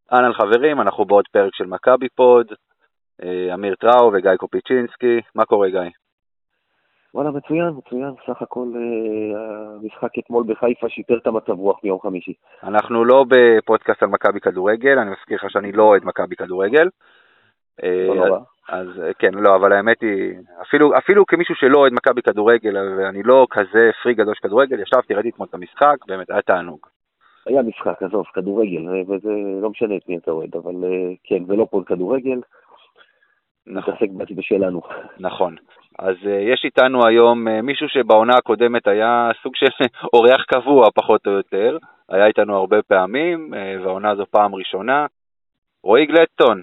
אהלן חברים, אנחנו בעוד פרק של מכבי פוד, אמיר טראו וגיא קופיצ'ינסקי. מה קורה גיא? וואלה, מצוין, סך הכל המשחק אתמול בחיפה שיפר את המצב רוח מיום חמישי. אנחנו לא בפודקאסט על מכבי כדורגל, אני מזכיר לך שאני לא אוהד מכבי כדורגל. לא נורא. אז כן, לא, אבל האמת היא, אפילו כמישהו שלא אוהד מכבי כדורגל, ואני לא כזה פרי גדול של כדורגל, ישבתי, ראיתי אתמול את המשחק, באמת היה תענוג. היה משחק, עזוב, כדורגל, וזה לא משנה את מי אתה אוהד, אבל כן, זה לא פוד כדורגל, נתעסק בשלנו. נכון. אז יש איתנו היום מישהו שבעונה הקודמת היה סוג של אורח קבוע פחות או יותר, היה איתנו הרבה פעמים, והעונה זו פעם ראשונה. רועי גלדסטון.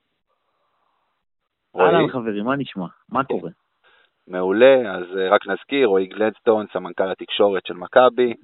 אהלן חברים, מה נשמע? מה קורה? מעולה, אז רק נזכיר, רועי גלדסטון, סמנכ"ל התקשורת של מכבי.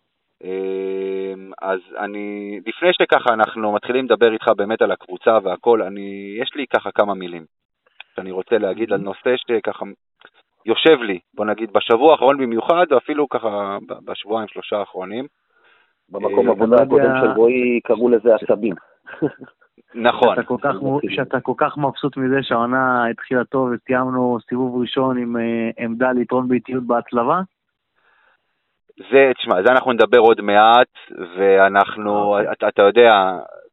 אז לפני שככה אנחנו מתחילים לדבר איתך באמת על הקבוצה והכל, יש לי ככה כמה מילים שאני רוצה להגיד על נושא שככה יושב לי, בוא נגיד בשבוע האחרון במיוחד, ואפילו ככה בשבועיים שלושה האחרונים. במקום עבודה הקודם של רועי קראו לזה עשבים. נכון. שאתה כל כך מבסוט מזה שהעונה התחילה טוב וסיימנו סיבוב ראשון עם עמדה ליתרון באיטיות בהצלבה? תשמע, זה אנחנו נדבר עוד מעט, ואנחנו, אתה יודע,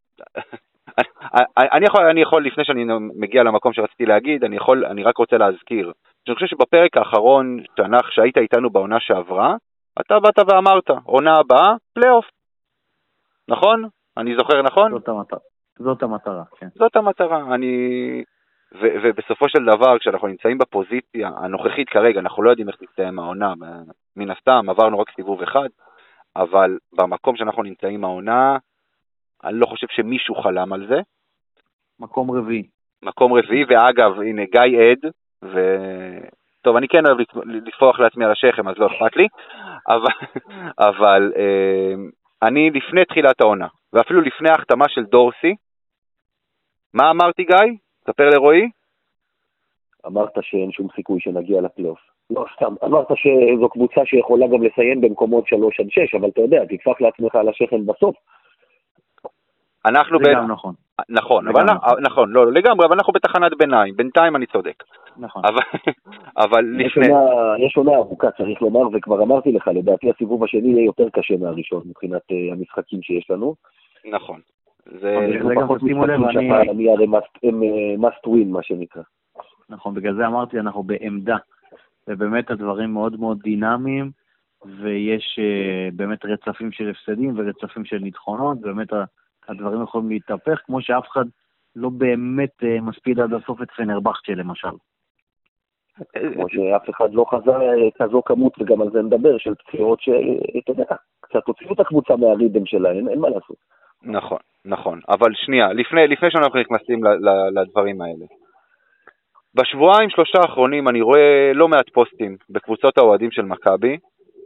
אני יכול, לפני שאני מגיע למקום שרציתי להגיד, אני רק רוצה להזכיר, שאני חושב שבפרק האחרון, שהיית איתנו בעונה שעברה, אתה באת ואמרת, עונה הבאה, פלייאוף. נכון? אני זוכר נכון? זאת המטרה, כן. זאת המטרה, ובסופו של דבר, כשאנחנו נמצאים בפוזיציה הנוכחית כרגע, אנחנו לא יודעים איך תסתיים העונה, מן הסתם, עברנו רק סיבוב אחד, אבל במקום שאנחנו נמצאים העונה, אני לא חושב שמישהו חלם על זה. מקום רביעי, ואגב, הנה גיא עד, טוב, אני כן אוהב לפוח לעצמי על השכם, אז לא אכפת לי, אבל אני לפני תחילת העונה, ואפילו לפני ההחתמה של דורסי, מה אמרתי גיא? תספר לרועי. אמרת שאין שום סיכוי שנגיע לפלייאוף. לא, סתם. אמרת שזו קבוצה שיכולה גם לסיים במקומות 3-6, אבל אתה יודע, תתפח לעצמך על השכם בסוף. אנחנו זה גם נכון. נכון, לא לגמרי, אבל אנחנו בתחנת ביניים. בינתיים אני צודק. נכון. אבל לפני... יש עונה ארוכה, צריך לומר, וכבר אמרתי לך, לדעתי הסיבוב השני יהיה יותר קשה מהראשון, מבחינת המשחקים שיש לנו. נכון. זה גם שימו לב, הם must win, מה שנקרא. נכון, בגלל זה אמרתי, אנחנו בעמדה, ובאמת הדברים מאוד מאוד דינמיים, ויש באמת רצפים של הפסדים ורצפים של ניצחונות, ובאמת הדברים יכולים להתהפך, כמו שאף אחד לא באמת מספיד עד הסוף את פנרבחצ'ה למשל. כמו שאף אחד לא חזר כזו כמות, וגם על זה נדבר, של פציעות שאתה יודע, קצת הוציאו את הקבוצה מהרידם שלהם, אין מה לעשות. נכון, אבל שנייה, לפני שאנחנו נכנסים לדברים האלה. בשבועיים שלושה האחרונים אני רואה לא מעט פוסטים בקבוצות האוהדים של מכבי,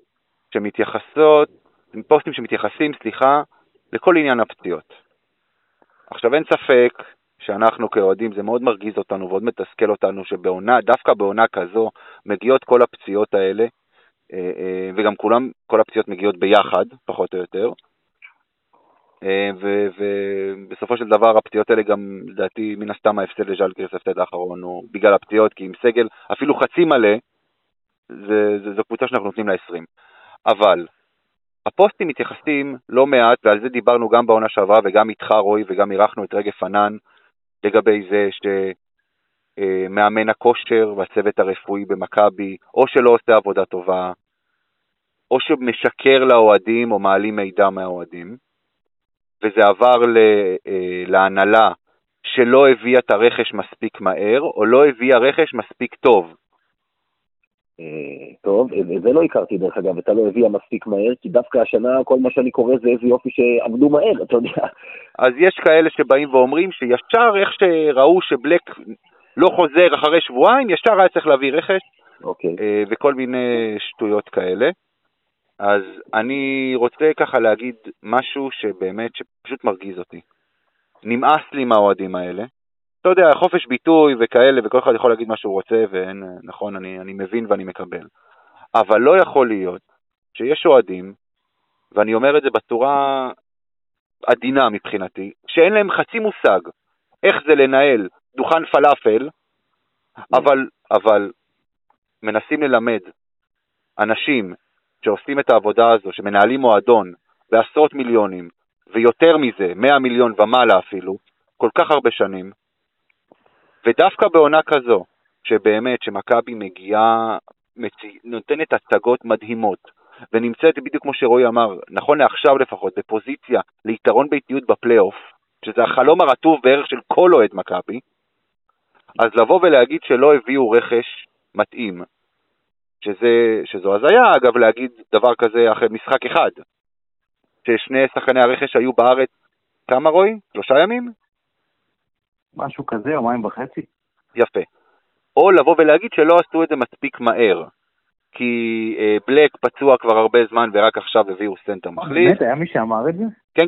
פוסטים שמתייחסים, לכל עניין הפציעות. עכשיו אין ספק שאנחנו כאוהדים, זה מאוד מרגיז אותנו ועוד מתסכל אותנו דווקא בעונה כזו מגיעות כל הפציעות האלה, וגם כל הפציעות מגיעות ביחד, פחות או יותר. ובסופו של דבר הפציעות האלה גם, לדעתי, מן הסתם ההפסד לז'אלגיריס ההפסד האחרון, הוא בגלל הפציעות, כי עם סגל אפילו חצי מלא, זו קבוצה שאנחנו נותנים לה 20. אבל הפוסטים מתייחסים לא מעט, ועל זה דיברנו גם בעונה שעברה, וגם איתך רועי, וגם אירחנו את רגב ענן, לגבי זה שמאמן הכושר והצוות הרפואי במכבי, או שלא עושה עבודה טובה, או שמשקר לאוהדים, או מעלים מידע מהאוהדים, וזה עבר להנהלה שלא הביאה את הרכש מספיק מהר, או לא הביאה רכש מספיק טוב. טוב, זה לא הכרתי דרך אגב, אתה לא הביאה מספיק מהר, כי דווקא השנה כל מה שאני קורא זה איזה יופי שעבדו מהר, אתה יודע. אז יש כאלה שבאים ואומרים שישר איך שראו שבלק לא חוזר אחרי שבועיים, ישר היה צריך להביא רכש, וכל מיני שטויות כאלה. אז אני רוצה ככה להגיד משהו שבאמת שפשוט מרגיז אותי. נמאס לי מהאוהדים האלה. אתה יודע, חופש ביטוי וכאלה, וכל אחד יכול להגיד מה שהוא רוצה, ונכון, אני מבין ואני מקבל. אבל לא יכול להיות שיש אוהדים, ואני אומר את זה בצורה עדינה מבחינתי, שאין להם חצי מושג איך זה לנהל דוכן פלאפל, אבל מנסים ללמד אנשים שעושים את העבודה הזו, שמנהלים מועדון בעשרות מיליונים, ויותר מזה, 100 מיליון ומעלה אפילו, כל כך הרבה שנים, ודווקא בעונה כזו, שבאמת, שמכבי מגיעה, נותנת הצגות מדהימות, ונמצאת בדיוק כמו שרועי אמר, נכון לעכשיו לפחות, בפוזיציה ליתרון ביתיות בפלייאוף, שזה החלום הרטוב בערך של כל אוהד מכבי, אז לבוא ולהגיד שלא הביאו רכש מתאים, שזו הזיה, אגב, להגיד דבר כזה אחרי משחק אחד, ששני שחקני הרכש היו בארץ, כמה רועי? 3 ימים? משהו כזה, יומיים וחצי. יפה. או לבוא ולהגיד שלא עשו את זה מספיק מהר, כי בלק פצוע כבר הרבה זמן ורק עכשיו הביאו סנטר מחליף. באמת, היה מי שאמר את זה? כן.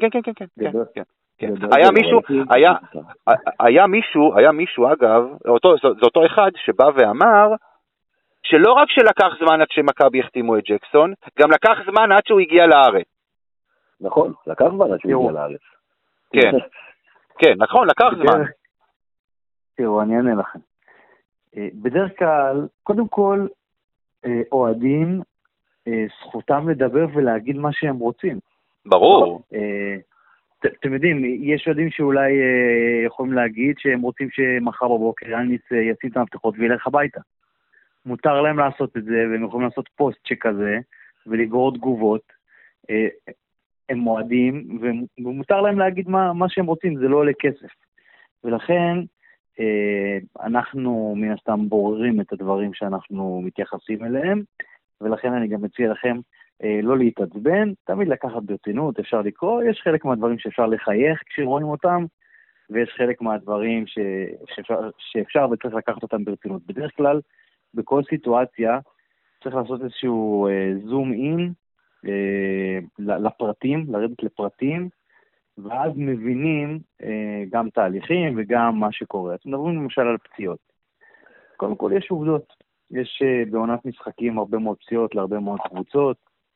היה מישהו אגב, זה אותו אחד שבא ואמר, שלא רק שלקח זמן עד שמכבי החתימו את ג'קסון, גם לקח זמן עד שהוא הגיע לארץ. נכון, לקח זמן עד שהוא הגיע לארץ. כן, נכון, לקח זמן. תראו, אני אענה לכם. בדרך כלל, קודם כל, אוהדים, זכותם לדבר ולהגיד מה שהם רוצים. ברור. אתם יודעים, יש אוהדים שאולי יכולים להגיד שהם רוצים שמחר בבוקר יאניס ישים את המפתחות וילך הביתה. מותר להם לעשות את זה, והם יכולים לעשות פוסט שכזה, ולגרור תגובות. הם מועדים, ומותר להם להגיד מה שהם רוצים, זה לא עולה כסף. ולכן, אנחנו מן הסתם בוררים את הדברים שאנחנו מתייחסים אליהם, ולכן אני גם מציע לכם לא להתעצבן, תמיד לקחת ברצינות, אפשר לקרוא, יש חלק מהדברים שאפשר לחייך כשרואים אותם, ויש חלק מהדברים שאפשר וצריך לקחת אותם ברצינות. בדרך כלל, בכל סיטואציה, צריך לעשות איזשהו זום אין לפרטים, לרדת לפרטים, ואז מבינים גם תהליכים וגם מה שקורה. אתם מדברים למשל על פציעות. קודם כל יש עובדות. יש בעונת משחקים הרבה מאוד פציעות להרבה מאוד קבוצות.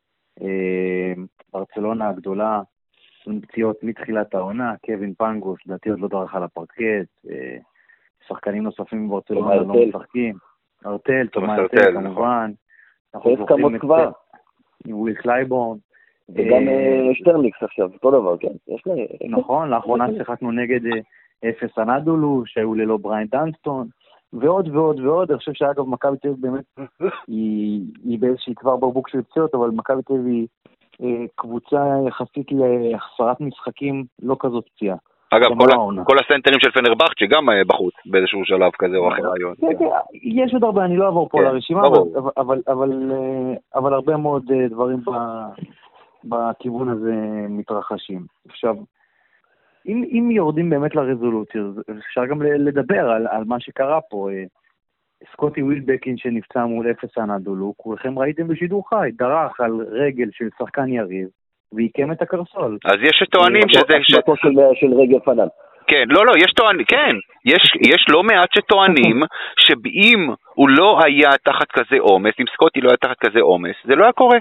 ברצלונה הגדולה, פציעות מתחילת העונה, קווין פנגוס, לדעתי עוד לא דרך על הפרקט, שחקנים נוספים בברצלונה לא משחקים. ארטל, תומא ארטל כמובן. יש כמות כבר. וויל קלייבורן. וגם שטרניקס עכשיו, אותו דבר, כן. נכון, לאחרונה שיחקנו נגד אפס אנדולו, שהיו ללא בריין דנסטון, ועוד ועוד ועוד. אני חושב שאגב, מכבי תל אביב באמת היא באיזושהי כבר ברבוק של פציעות, אבל מכבי תל אביב היא קבוצה יחסית להחסרת משחקים לא כזאת פציעה. אגב, כל הסנטרים של פנרבחצ'ה גם בחוץ, באיזשהו שלב כזה או אחר היום. יש עוד הרבה, אני לא אעבור פה לרשימה, אבל הרבה מאוד דברים בכיוון הזה מתרחשים. עכשיו, אם יורדים באמת לרזולוציה, אפשר גם לדבר על מה שקרה פה. סקוטי ווילבקין שנפצע מול אפס אנדולו, כולכם ראיתם בשידור חי, דרך על רגל של שחקן יריב, ויקם את הקרסול. אז יש שטוענים שזה... אשמתו של רגל פנן. כן, לא, יש טוענים, כן, יש לא מעט שטוענים שאם הוא לא היה תחת כזה עומס, אם סקוטי לא היה תחת כזה עומס, זה לא היה קורה.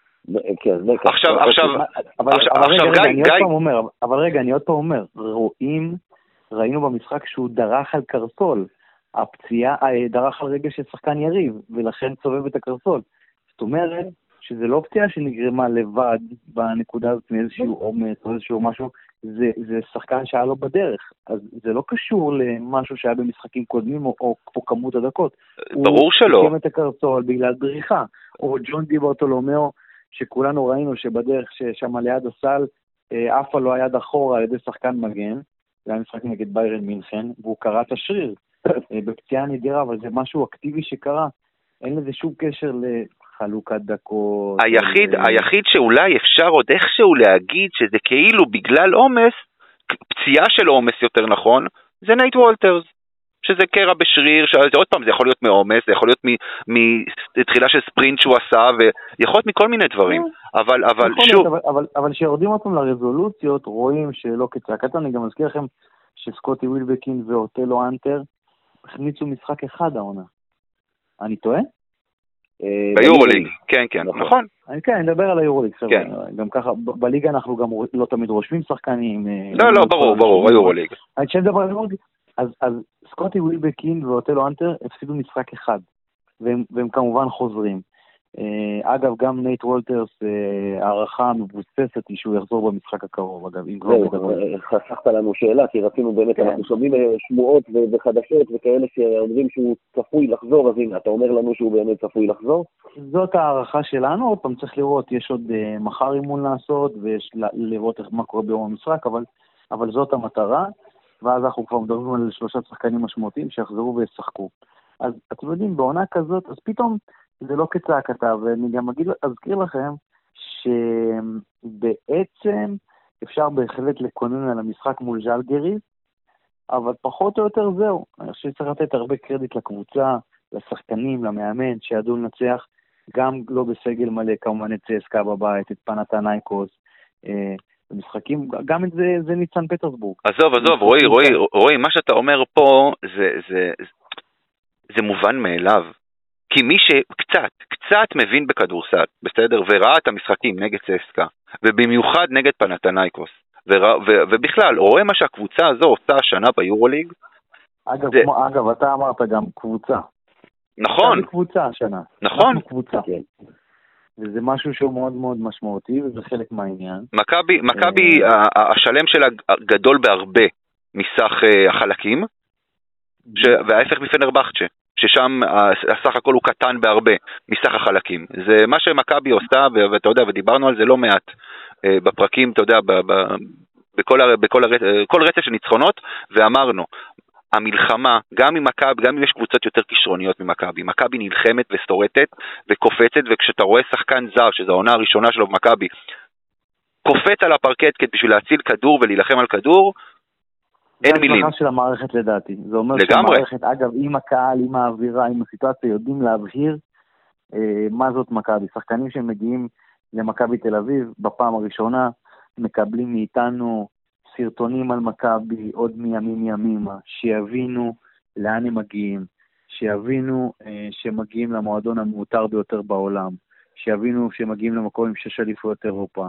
אבל רגע, אני עוד פעם אומר, ראינו במשחק שהוא דרך על קרסול, הפציעה דרך על רגל של שחקן יריב, ולכן צובב את הקרסול. זאת אומרת, שזה לא פציעה שנגרמה לבד בנקודה הזאת מאיזשהו עומס או איזשהו משהו, זה שחקן שהיה לו בדרך. אז זה לא קשור למשהו שהיה במשחקים קודמים או כמות הדקות. ברור שלא. הוא קיים את הקרסול בגלל דריכה. או ג'ון די ברטולומיאו, שכולנו ראינו שבדרך ששם ליד הסל, אף לא היה אחורה על ידי שחקן מגן, זה היה משחק נגד ביירן מינכן, והוא קרא את השריר בפציעה נדירה, אבל זה משהו אקטיבי שקרה. אין לזה שום קשר לחלוקת דקות. היחיד שאולי אפשר עוד איכשהו להגיד שזה כאילו בגלל עומס, פציעה של עומס יותר נכון, זה נייט וולטרס. שזה קרע בשריר, עוד פעם, זה יכול להיות מעומס, זה יכול להיות מתחילה של ספרינט שהוא עשה, ויכול להיות מכל מיני דברים. אבל שוב... אבל שיורדים אותם לרזולוציות, רואים שלא כצעקת, אני גם מזכיר לכם שסקוטי ווילבקין ואוטלו אנטר, הכניסו משחק אחד העונה. אני טועה? ביורוליג, כן, כן, נכון. כן, אני מדבר על היורוליג, גם ככה, בליגה אנחנו גם לא תמיד רושמים שחקנים. לא, ברור, היורוליג. אני חושב לדבר על היורוליג, אז סקוטי ווילבקין ואוטלו אנטר הפסידו משחק אחד, והם כמובן חוזרים. אגב, גם נייט וולטרס, הערכה מבוססת היא שהוא יחזור במשחק הקרוב, אגב, אם כבר מדבר. חסכת לנו שאלה, כי רצינו באמת, אנחנו שומעים שמועות וחדשות וכאלה שאומרים שהוא צפוי לחזור, אז הנה, אתה אומר לנו שהוא באמת צפוי לחזור? זאת הערכה שלנו, עוד פעם צריך לראות, יש עוד מחר אימון לעשות, ויש לראות מה קורה ביום המשחק, אבל זאת המטרה, ואז אנחנו כבר מדברים על 3 שחקנים משמעותיים שיחזרו וישחקו. אז אתם יודעים, בעונה כזאת, אז פתאום זה לא כצעקתה, ואני גם אזכיר לכם שבעצם אפשר בהחלט לקונן על המשחק מול ז'לגיריס, אבל פחות או יותר זהו. אני חושב שצריך לתת הרבה קרדיט לקבוצה, לשחקנים, למאמן, שידעו לנצח, גם לא בסגל מלא, כמובן את CSKA בבית, את פנתנייקוס, במשחקים, גם את זה ניצן פטרסבורג. עזוב, רועי, מה שאתה אומר פה זה מובן מאליו. כי מי שקצת מבין בכדורסל, בסדר, וראה את המשחקים נגד CSKA, ובמיוחד נגד פנתנייקוס, ובכלל, רואה מה שהקבוצה הזו עושה השנה ביורוליג. אגב, אתה אמרת גם קבוצה. נכון. קבוצה השנה. נכון. קבוצה. וזה משהו שהוא מאוד מאוד משמעותי, וזה חלק מהעניין. מכבי, השלם שלה גדול בהרבה מסך החלקים, וההפך מפנרבחצ'ה. ששם הסך הכל הוא קטן בהרבה מסך החלקים. זה מה שמכבי עושה, ואתה יודע, ודיברנו על זה לא מעט בפרקים, אתה יודע, בכל רצף של ניצחונות, ואמרנו, המלחמה, גם אם יש קבוצות יותר כישרוניות ממכבי, מכבי נלחמת וסורטת וקופצת, וכשאתה רואה שחקן זר, שזו העונה הראשונה שלו במכבי, קופץ על הפרקט בשביל להציל כדור ולהילחם על כדור, אין מילים. זה הצלחה של המערכת לדעתי. זה אומר שהמערכת, אגב, עם הקהל, עם האווירה, עם הסיטואציה, יודעים להבהיר מה זאת מכבי. שחקנים שמגיעים למכבי תל אביב בפעם הראשונה, מקבלים מאיתנו סרטונים על מכבי עוד מימים ימימה, שיבינו לאן הם מגיעים, שיבינו שמגיעים למועדון המותר ביותר בעולם, שיבינו שמגיעים למקום עם 6 אליפויות אירופה,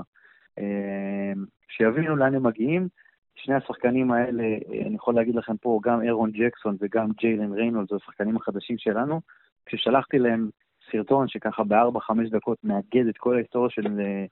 שיבינו לאן הם מגיעים. שני השחקנים האלה, אני יכול להגיד לכם פה, גם אירון ג'קסון וגם ג'יילן ריינולדס, זה השחקנים החדשים שלנו, כששלחתי להם סרטון שככה ב4-5 דקות מאגד את כל ההיסטוריה של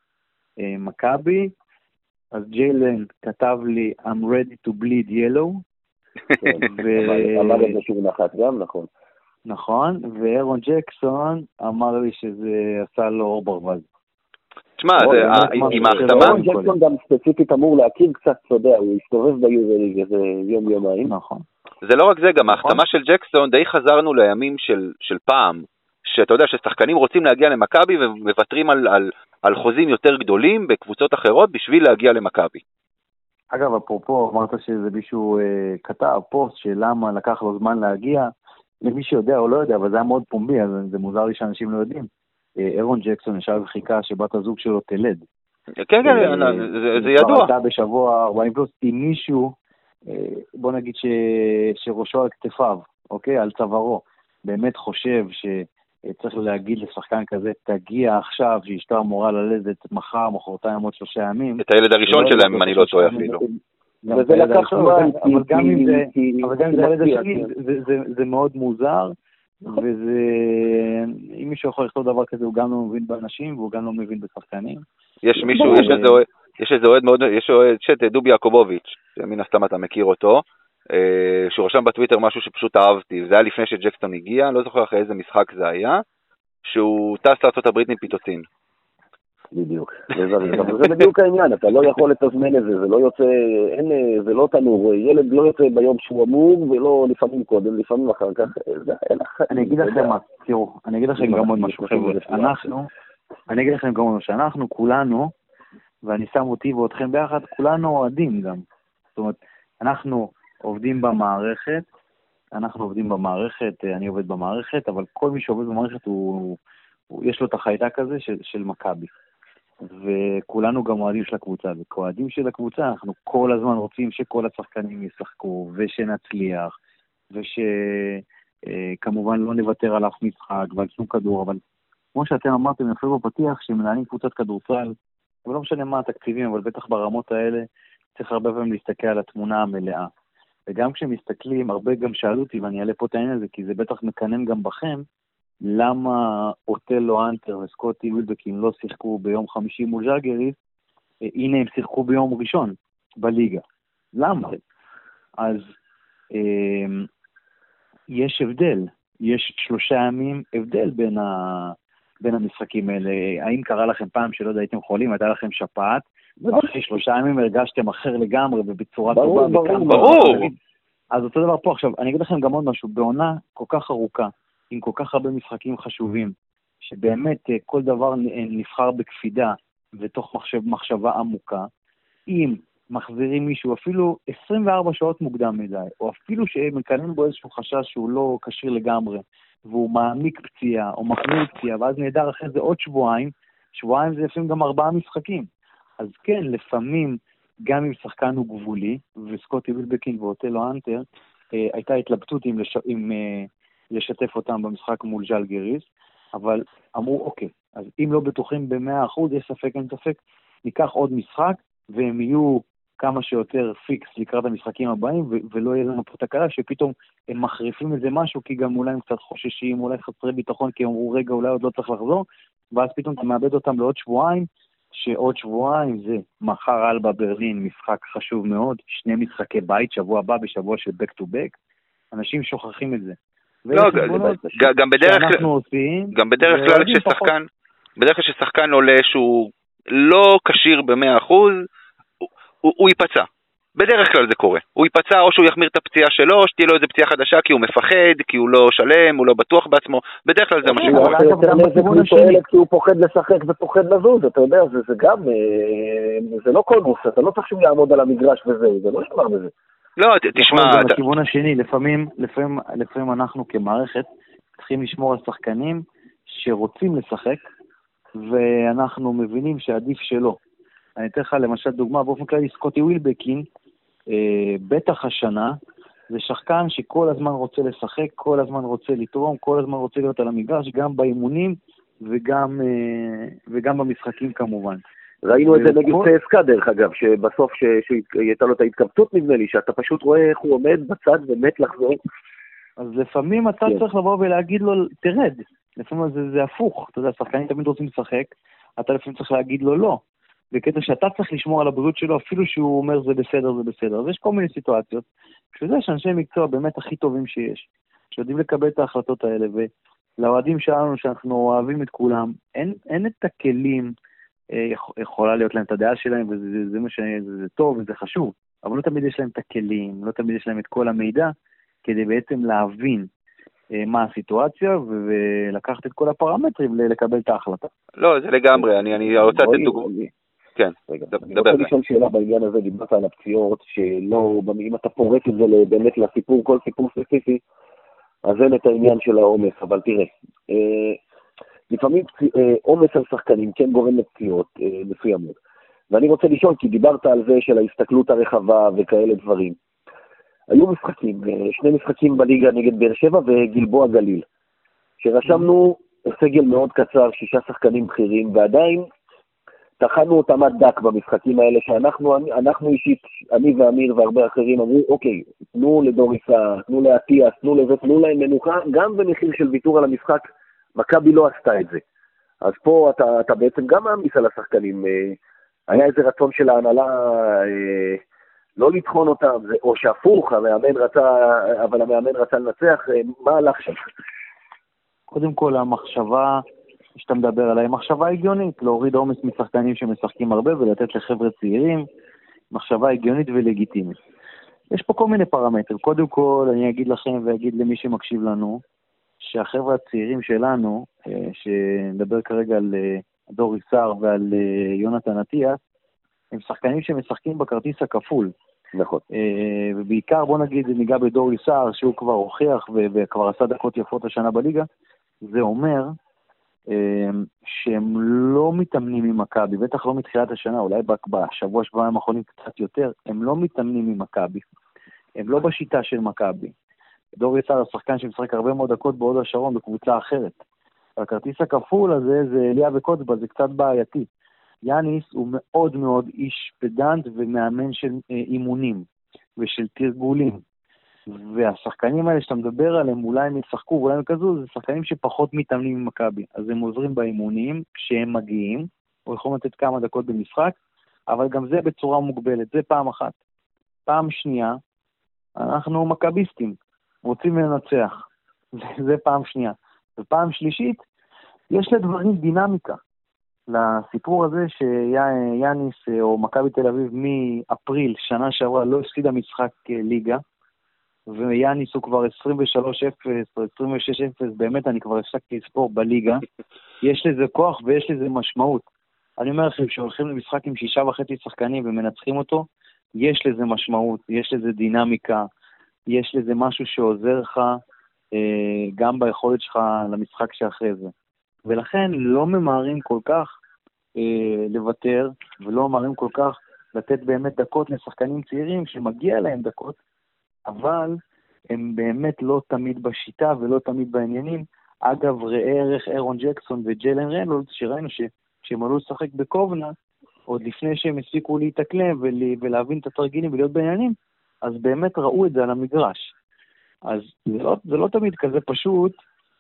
מכבי, אז ג'יילן כתב לי, I'm ready to bleed yellow. אמר את זה שהוא נחת גם, נכון. נכון, ואירון ג'קסון אמר לי שזה עשה לו אור ברווז. תשמע, עם ההחתמה... אירון ג'קסון גם ספציפית אמור להכיר קצת, אתה יודע, הוא הסתובב ביורוליג איזה יום-יומיים. נכון. זה לא רק זה, גם ההחתמה של ג'קסון, די חזרנו לימים של פעם, שאתה יודע ששחקנים רוצים להגיע למכבי ומוותרים על חוזים יותר גדולים בקבוצות אחרות בשביל להגיע למכבי. אגב, אפרופו, אמרת שזה מישהו כתב פוסט שלמה לקח לו זמן להגיע, למי שיודע או לא יודע, אבל זה היה מאוד פומבי, אז זה מוזר לי שאנשים לא יודעים. אירון ג'קסון ישב וחיכה שבת הזוג שלו תלד. כן, זה ידוע. אתה בשבוע 40 פלוס עם מישהו, בוא נגיד שראשו על כתפיו, אוקיי? על צווארו. באמת חושב שצריך להגיד לשחקן כזה, תגיע עכשיו שאשתו אמורה ללדת מחרתיים עוד 3 ימים. את הילד הראשון שלהם, אם אני לא טועה אפילו. וזה לקח זמן. אבל גם אם זה הילד השני, זה מאוד מוזר. וזה, אם מישהו יכול לכתוב דבר כזה, הוא גם לא מבין באנשים, והוא גם לא מבין בשחקנים. יש מישהו, יש איזה אוהד מאוד, יש אוהד שאת דובי יעקובוביץ', מן הסתם אתה מכיר אותו, שהוא רשם בטוויטר משהו שפשוט אהבתי, זה היה לפני שג'קסון הגיע, לא זוכר אחרי איזה משחק זה היה, שהוא טס לארצות הברית עם פיתוצין. בדיוק, זה בדיוק העניין, אתה לא יכול לתזמן את זה, זה לא יוצא, זה לא תנור, ילד לא יוצא ביום שהוא אמור, ולא לפעמים קודם, לפעמים אחר כך, אני אגיד לכם מה, תראו, אני אגיד לכם גם עוד משהו, אני אגיד לכם גם עוד משהו, שאנחנו כולנו, ואני שם אותי ואתכם ביחד, כולנו אוהדים גם, זאת אומרת, אנחנו עובדים במערכת, אני עובד במערכת, אבל כל מי שעובד במערכת, יש לו את החיידק כזה של מכבי. וכולנו גם אוהדים של הקבוצה, וכאוהדים של הקבוצה אנחנו כל הזמן רוצים שכל השחקנים ישחקו, ושנצליח, ושכמובן לא נוותר על אף משחק ועל שום כדור, אבל כמו שאתם אמרתם יפה בפתיח, שמנהלים קבוצת כדורסל, ולא משנה מה התקציבים, אבל בטח ברמות האלה, צריך הרבה פעמים להסתכל על התמונה המלאה. וגם כשמסתכלים, הרבה גם שאלו אותי, ואני אעלה פה את העניין הזה, כי זה בטח מקנן גם בכם, למה אוטלו אנטר וסקוטי ווילבקין לא שיחקו ביום חמישי מול ז'לגיריס, הנה הם שיחקו ביום ראשון בליגה. למה? אז יש הבדל, יש 3 ימים הבדל בין המשחקים האלה. האם קרה לכם פעם שלא יודע, הייתם חולים, הייתה לכם שפעת, ואחרי 3 ימים הרגשתם אחר לגמרי ובצורה טובה. ברור. אז אותו דבר פה. עכשיו, אני אגיד לכם גם עוד משהו, בעונה כל כך ארוכה, עם כל כך הרבה משחקים חשובים, שבאמת כל דבר נבחר בקפידה ותוך מחשבה עמוקה, אם מחזירים מישהו אפילו 24 שעות מוקדם מדי, או אפילו שמקנן בו איזשהו חשש שהוא לא קשיר לגמרי, והוא מעמיק פציעה או מחמיר פציעה, ואז נהדר אחרי זה עוד שבועיים זה לפעמים גם 4 משחקים. אז כן, לפעמים גם אם שחקן הוא גבולי, וסקוטי ווילבקין ואוטלו אנטר, הייתה התלבטות אם לשתף אותם במשחק מול ז'לגיריס, אבל אמרו אוקיי, אז אם לא בטוחים ב100%, יש ספק, אין ספק, ניקח עוד משחק, והם יהיו כמה שיותר פיקס לקראת המשחקים הבאים, ולא יהיה לנו פה תקלה, שפתאום הם מחריפים איזה משהו, כי גם אולי הם קצת חוששים, אולי חסרי ביטחון, כי הם אמרו רגע, אולי עוד לא צריך לחזור, ואז פתאום אתה מאבד אותם לעוד שבועיים, שעוד שבועיים זה מחר אלבה ברלין, משחק חשוב מאוד, 2 משחקי בית, שבוע הבא בשבוע של back to back, אנשים שוכחים את זה. לא, גם בדרך כלל כששחקן עולה שהוא לא קשיר ב100%, הוא ייפצע. בדרך כלל זה קורה. הוא ייפצע או שהוא יחמיר את הפציעה שלו, או שתהיה לו איזה פציעה חדשה כי הוא מפחד, כי הוא לא שלם, הוא לא בטוח בעצמו. בדרך כלל זה מה שקורה. כי הוא פוחד לשחק ופוחד לזוז, אתה יודע, זה גם, זה לא קונוס, אתה לא צריך שהוא יעמוד על המגרש וזהו, זה לא נשמע בזה. לא, תשמע... בכיוון השני, לפעמים אנחנו כמערכת צריכים לשמור על שחקנים שרוצים לשחק, ואנחנו מבינים שעדיף שלא. אני אתן לך למשל דוגמה, באופן כללי סקוטי ווילבקין, בטח השנה, זה שחקן שכל הזמן רוצה לשחק, כל הזמן רוצה לתרום, כל הזמן רוצה להיות על המגרש, גם באימונים וגם במשחקים כמובן. ראינו את זה נגד CSKA דרך אגב, שבסוף שהייתה לו את ההתכווצות נדמה לי, שאתה פשוט רואה איך הוא עומד בצד ומת לחזור. אז לפעמים אתה צריך לבוא ולהגיד לו, תרד, לפעמים זה הפוך, אתה יודע, שחקנים תמיד רוצים לשחק, אתה לפעמים צריך להגיד לו לא. בקטע שאתה צריך לשמור על הבריאות שלו, אפילו שהוא אומר זה בסדר, זה בסדר. אז יש כל מיני סיטואציות, שזה שאנשי מקצוע באמת הכי טובים שיש, שיודעים לקבל את ההחלטות האלה, ולאוהדים שלנו שאנחנו אוהבים את כולם, אין את הכלים, יכולה להיות להם את הדעה שלהם, וזה טוב וזה חשוב, אבל לא תמיד יש להם את הכלים, לא תמיד יש להם את כל המידע, כדי בעצם להבין מה הסיטואציה, ולקחת את כל הפרמטרים לקבל את ההחלטה. לא, זה לגמרי, אני רוצה לתת דוגמא. כן, אני רוצה לשאול שאלה בעניין הזה, דיברת על הפציעות, שלא, אם אתה פורט את זה באמת לסיפור, כל סיפור ספציפי, אז אין את העניין של העומס, אבל תראה, לפעמים עומס על שחקנים כן גורם לפציעות מסוימות, ואני רוצה לשאול, כי דיברת על זה של ההסתכלות הרחבה וכאלה דברים, היו משחקים, 2 משחקים בליגה נגד באר שבע וגלבוע גליל, שרשמנו סגל מאוד קצר, 6 שחקנים בכירים, ועדיין תחנו אותם עד דק במשחקים האלה, שאנחנו אישית, אני ואמיר והרבה אחרים אמרו, אוקיי, תנו לדוריסה, תנו לאטיאס, תנו לזה, תנו להם מנוחה, גם במחיר של ויתור על המשחק, מכבי לא עשתה את זה. אז פה אתה בעצם גם מעמיס על השחקנים, היה איזה רצון של ההנהלה לא לטחון אותם, או שהפוך, אבל המאמן רצה לנצח, מה הלך שם? קודם כל, המחשבה שאתה מדבר עליה, מחשבה הגיונית, להוריד עומס משחקנים שמשחקים הרבה ולתת לחבר'ה צעירים, מחשבה הגיונית ולגיטימית. יש פה כל מיני פרמטרים. קודם כל, אני אגיד לכם ואגיד למי שמקשיב לנו, שהחבר'ה הצעירים שלנו, שנדבר כרגע על דורי סער ועל יונתן אטיאס, הם שחקנים שמשחקים בכרטיס הכפול. נכון. ובעיקר, בוא נגיד, ניגע בדורי סער, שהוא כבר הוכיח וכבר עשה דקות יפות השנה בליגה, זה אומר שהם לא מתאמנים עם מכבי, בטח לא מתחילת השנה, אולי בשבוע שבועיים האחרונים קצת יותר, הם לא מתאמנים עם מכבי, הם לא בשיטה של מכבי. דורי סער, השחקן שמשחק הרבה מאוד דקות בהוד השרון בקבוצה אחרת, הכרטיס הכפול הזה זה אליה וקוצבה, זה קצת בעייתי. יאניס הוא מאוד מאוד איש פדנט ומאמן של אימונים ושל תרגולים. והשחקנים האלה שאתה מדבר עליהם, אולי הם ישחקו, אולי הם כזו, זה שחקנים שפחות מתאמנים ממכבי. אז הם עוזרים באימונים כשהם מגיעים, או יכולים לתת כמה דקות במשחק, אבל גם זה בצורה מוגבלת, זה פעם אחת. פעם שנייה, אנחנו מכביסטים, רוצים לנצח. זה פעם שנייה. ופעם שלישית, יש לדברים דינמיקה. לסיפור הזה שיאניס או מכבי תל אביב מאפריל, שנה שעברה, לא הפסידה משחק ליגה, ויאניס הוא כבר 23-0 או 26-0, באמת אני כבר הפסקתי לספור בליגה. יש לזה כוח ויש לזה משמעות. אני אומר לכם שהולכים למשחק עם 6.5 שחקנים ומנצחים אותו, יש לזה משמעות, יש לזה דינמיקה, יש לזה משהו שעוזר לך גם ביכולת שלך למשחק שאחרי זה. ולכן לא ממהרים כל כך לוותר, ולא ממהרים כל כך לתת באמת דקות לשחקנים צעירים שמגיע להם דקות, אבל הם באמת לא תמיד בשיטה ולא תמיד בעניינים. אגב, ראה ערך אירון ג'קסון וג'לן רנולדס, שראינו שהם עלו לשחק בקובנה, עוד לפני שהם הספיקו להתאקלם ולהבין את התרגילים ולהיות בעניינים, אז באמת ראו את זה על המגרש. אז זה לא תמיד כזה פשוט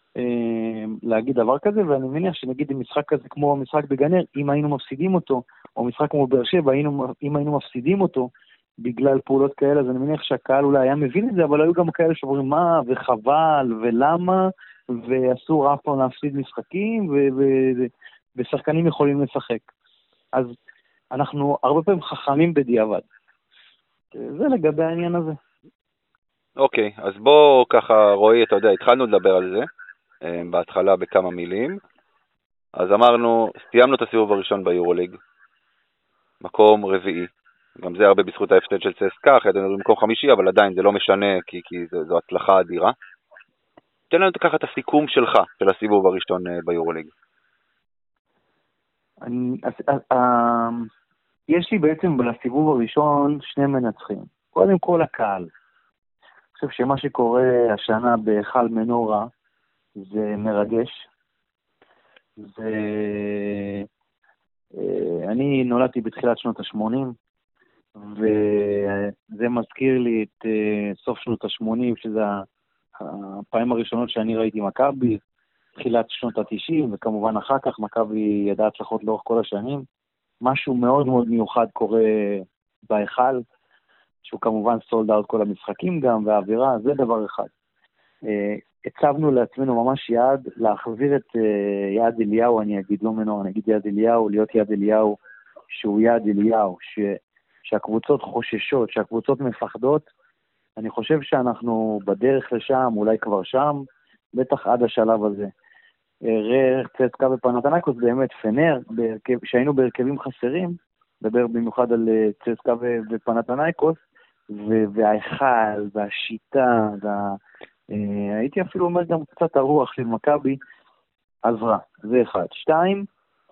להגיד דבר כזה, ואני מניח שנגיד משחק כזה כמו המשחק בגנר, אם היינו מפסידים אותו, או משחק כמו באר שבע, אם היינו מפסידים אותו בגלל פעולות כאלה, אז אני מניח שהקהל אולי היה מבין את זה, אבל היו גם כאלה שאומרים מה, וחבל, ולמה, ואסור אף פעם להפסיד משחקים, ושחקנים יכולים לשחק. אז אנחנו הרבה פעמים חכמים בדיעבד. זה לגבי העניין הזה. אוקיי, אז בוא ככה, רועי, אתה יודע, התחלנו לדבר על זה, בהתחלה בכמה מילים, אז אמרנו, סיימנו את הסיבוב הראשון ביורוליג, מקום רביעי, גם זה הרבה בזכות ההפסד של CSKA, אחרי זה במקום חמישי, אבל עדיין זה לא משנה, כי זו הצלחה אדירה. תן לנו ככה את הסיכום שלך, של הסיבוב הראשון ביורוליג. יש לי בעצם בסיבוב הראשון שני מנצחים. קודם כל הקהל. אני חושב שמה שקורה השנה בהיכל מנורה זה מרגש. אני נולדתי בתחילת שנות ה-80, וזה מזכיר לי את סוף שנות ה-80, שזה הפעמים הראשונות שאני ראיתי מכבי, תחילת שנות ה-90, וכמובן אחר כך מכבי ידעה הצלחות לאורך כל השנים. משהו מאוד מאוד מיוחד קורה בהיכל, שהוא כמובן סולד אאוט כל המשחקים גם, והאווירה, זה דבר אחד. הצבנו לעצמנו ממש יעד, להחזיר את יעד אליהו, אני אגיד לא מנור, אני אגיד יעד אליהו, להיות יעד אליהו, שהוא יעד אליהו, שהקבוצות חוששות, שהקבוצות מפחדות. אני חושב שאנחנו בדרך לשם, אולי כבר שם, בטח עד השלב הזה. ראה CSKA ופנתנייקוס, באמת פנר, שהיינו בהרכבים חסרים, מדבר במיוחד על CSKA ופנתנייקוס, וההיכל, והשיטה, הייתי אפילו אומר גם קצת הרוח של מכבי, עזרה, זה אחד. שתיים,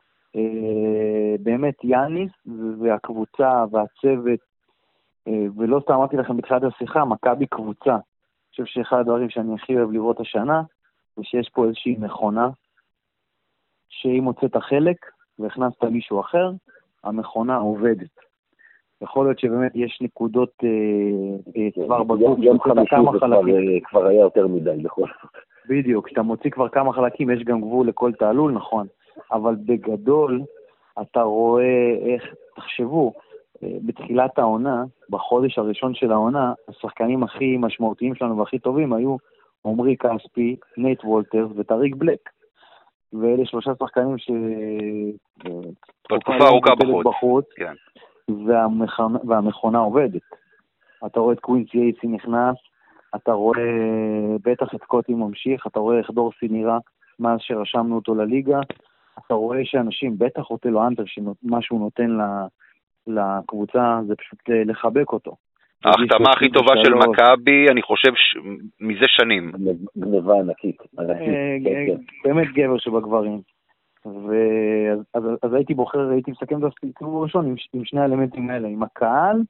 באמת יאניס והקבוצה והצוות, ולא סתם אמרתי לכם בתחילת השיחה, מכבי קבוצה. אני חושב שאחד הדברים שאני הכי אוהב לראות השנה, ושיש פה איזושהי מכונה, שהיא מוצאת החלק, והכנסת מישהו אחר, המכונה עובדת. יכול להיות שבאמת יש נקודות כבר בגוף, יום חמישי זה כבר היה יותר מדי, נכון? בדיוק, כשאתה מוציא כבר כמה חלקים, יש גם גבול לכל תעלול, נכון. אבל בגדול, אתה רואה איך, תחשבו, בתחילת העונה, בחודש הראשון של העונה, השחקנים הכי משמעותיים שלנו והכי טובים היו עומרי כספי, נייט וולטרס וטריק בלק. ואלה שלושה שחקנים בתקופה ארוכה בחוץ. כן. והמכונה עובדת. אתה רואה את קווינסי אייסי נכנס, אתה רואה בטח את קוטי ממשיך, אתה רואה איך דורסי נראה מאז שרשמנו אותו לליגה, אתה רואה שאנשים, בטח אוטלו אנטר, שמה שהוא נותן לקבוצה זה פשוט לחבק אותו. ההחתמה הכי טובה של מכבי, אני חושב, מזה שנים. גנבה ענקית. באמת גבר שבגברים. אז הייתי בוחר, הייתי מסכם את הסיבוב הראשון עם שני האלמנטים האלה, עם הקהל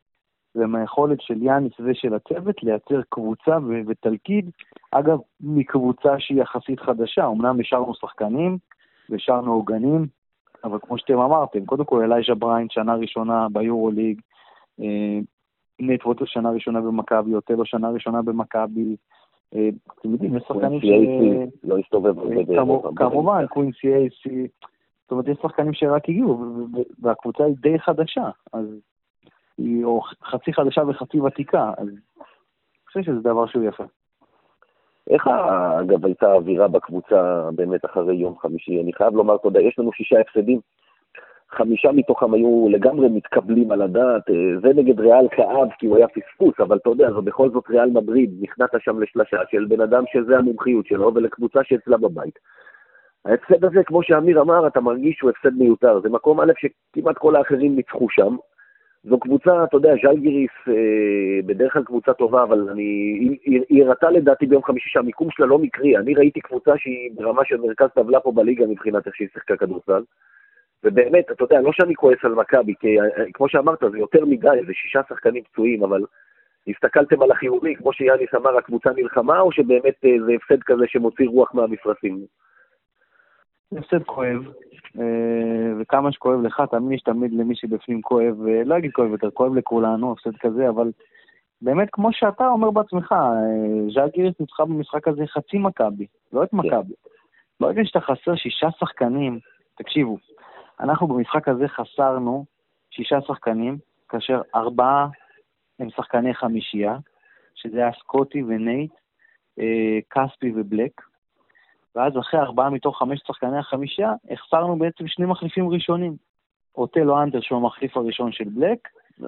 ומהיכולת של יאניס ושל הצוות לייצר קבוצה ותלכיד, אגב, מקבוצה שהיא יחסית חדשה, אמנם השארנו שחקנים והשארנו עוגנים, אבל כמו שאתם אמרתם, קודם כל אלייג'ה בריינט, שנה ראשונה ביורוליג, נט ווטר שנה ראשונה במכבי, אוטלו שנה ראשונה במכבי, אתם יודעים, יש שחקנים לא הסתובב כמובן, קווינסי אייסי, זאת אומרת, יש שחקנים שרק הגיעו, והקבוצה היא די חדשה, אז היא או חצי חדשה וחצי ותיקה, אז אני חושב שזה דבר שהוא יפה. איך אגב הייתה האווירה בקבוצה באמת אחרי יום חמישי? אני חייב לומר תודה, יש לנו 6 הפסדים, 5 מתוכם היו לגמרי מתקבלים על הדעת, זה נגד ריאל כאב כי הוא היה פספוס, אבל אתה יודע, בכל זאת ריאל מדריד נכנעת שם לשלשה של בן אדם שזה המומחיות שלו, ולקבוצה שאצלה בבית. ההפסד הזה, כמו שאמיר אמר, אתה מרגיש שהוא הפסד מיותר, זה מקום א' שכמעט כל האחרים ניצחו שם, זו קבוצה, אתה יודע, ז'לגיריס בדרך כלל קבוצה טובה, אבל היא הראתה לדעתי ביום חמישי שהמיקום שלה לא מקרי, אני ראיתי קבוצה שהיא ברמה של מרכז טבלה פה בליגה מבחינת איך שהיא שיחקה כדורסל, ובאמת, אתה יודע, לא שאני כועס על מכבי, כי כמו שאמרת, זה יותר מדי, זה 6 שחקנים פצועים, אבל הסתכלתם על החיובי, כמו שיאניס אמר, הקבוצה נלחמה, או שבאמת זה הפסד כזה שמוציא רוח מהמפרשים? זה הפסד כואב, וכמה שכואב לך, תמיד תמיד למי שבפנים כואב, לא אגיד כואב יותר, כואב לכולנו, הפסד כזה, אבל באמת, כמו שאתה אומר בעצמך, ז'לגיריס ניצחה במשחק הזה חצי מכבי, לא את מכבי. ברגע שאתה חסר 6 שחקנים, תקשיבו, אנחנו במשחק הזה חסרנו 6 שחקנים, כאשר 4 הם שחקני חמישייה, שזה היה סקוטי ונייט, קספי ובלק, ואז אחרי 4 מתוך 5 שחקני החמישייה, החסרנו בעצם 2 מחליפים ראשונים. אוטלו אנדר שהוא המחליף הראשון של בלק,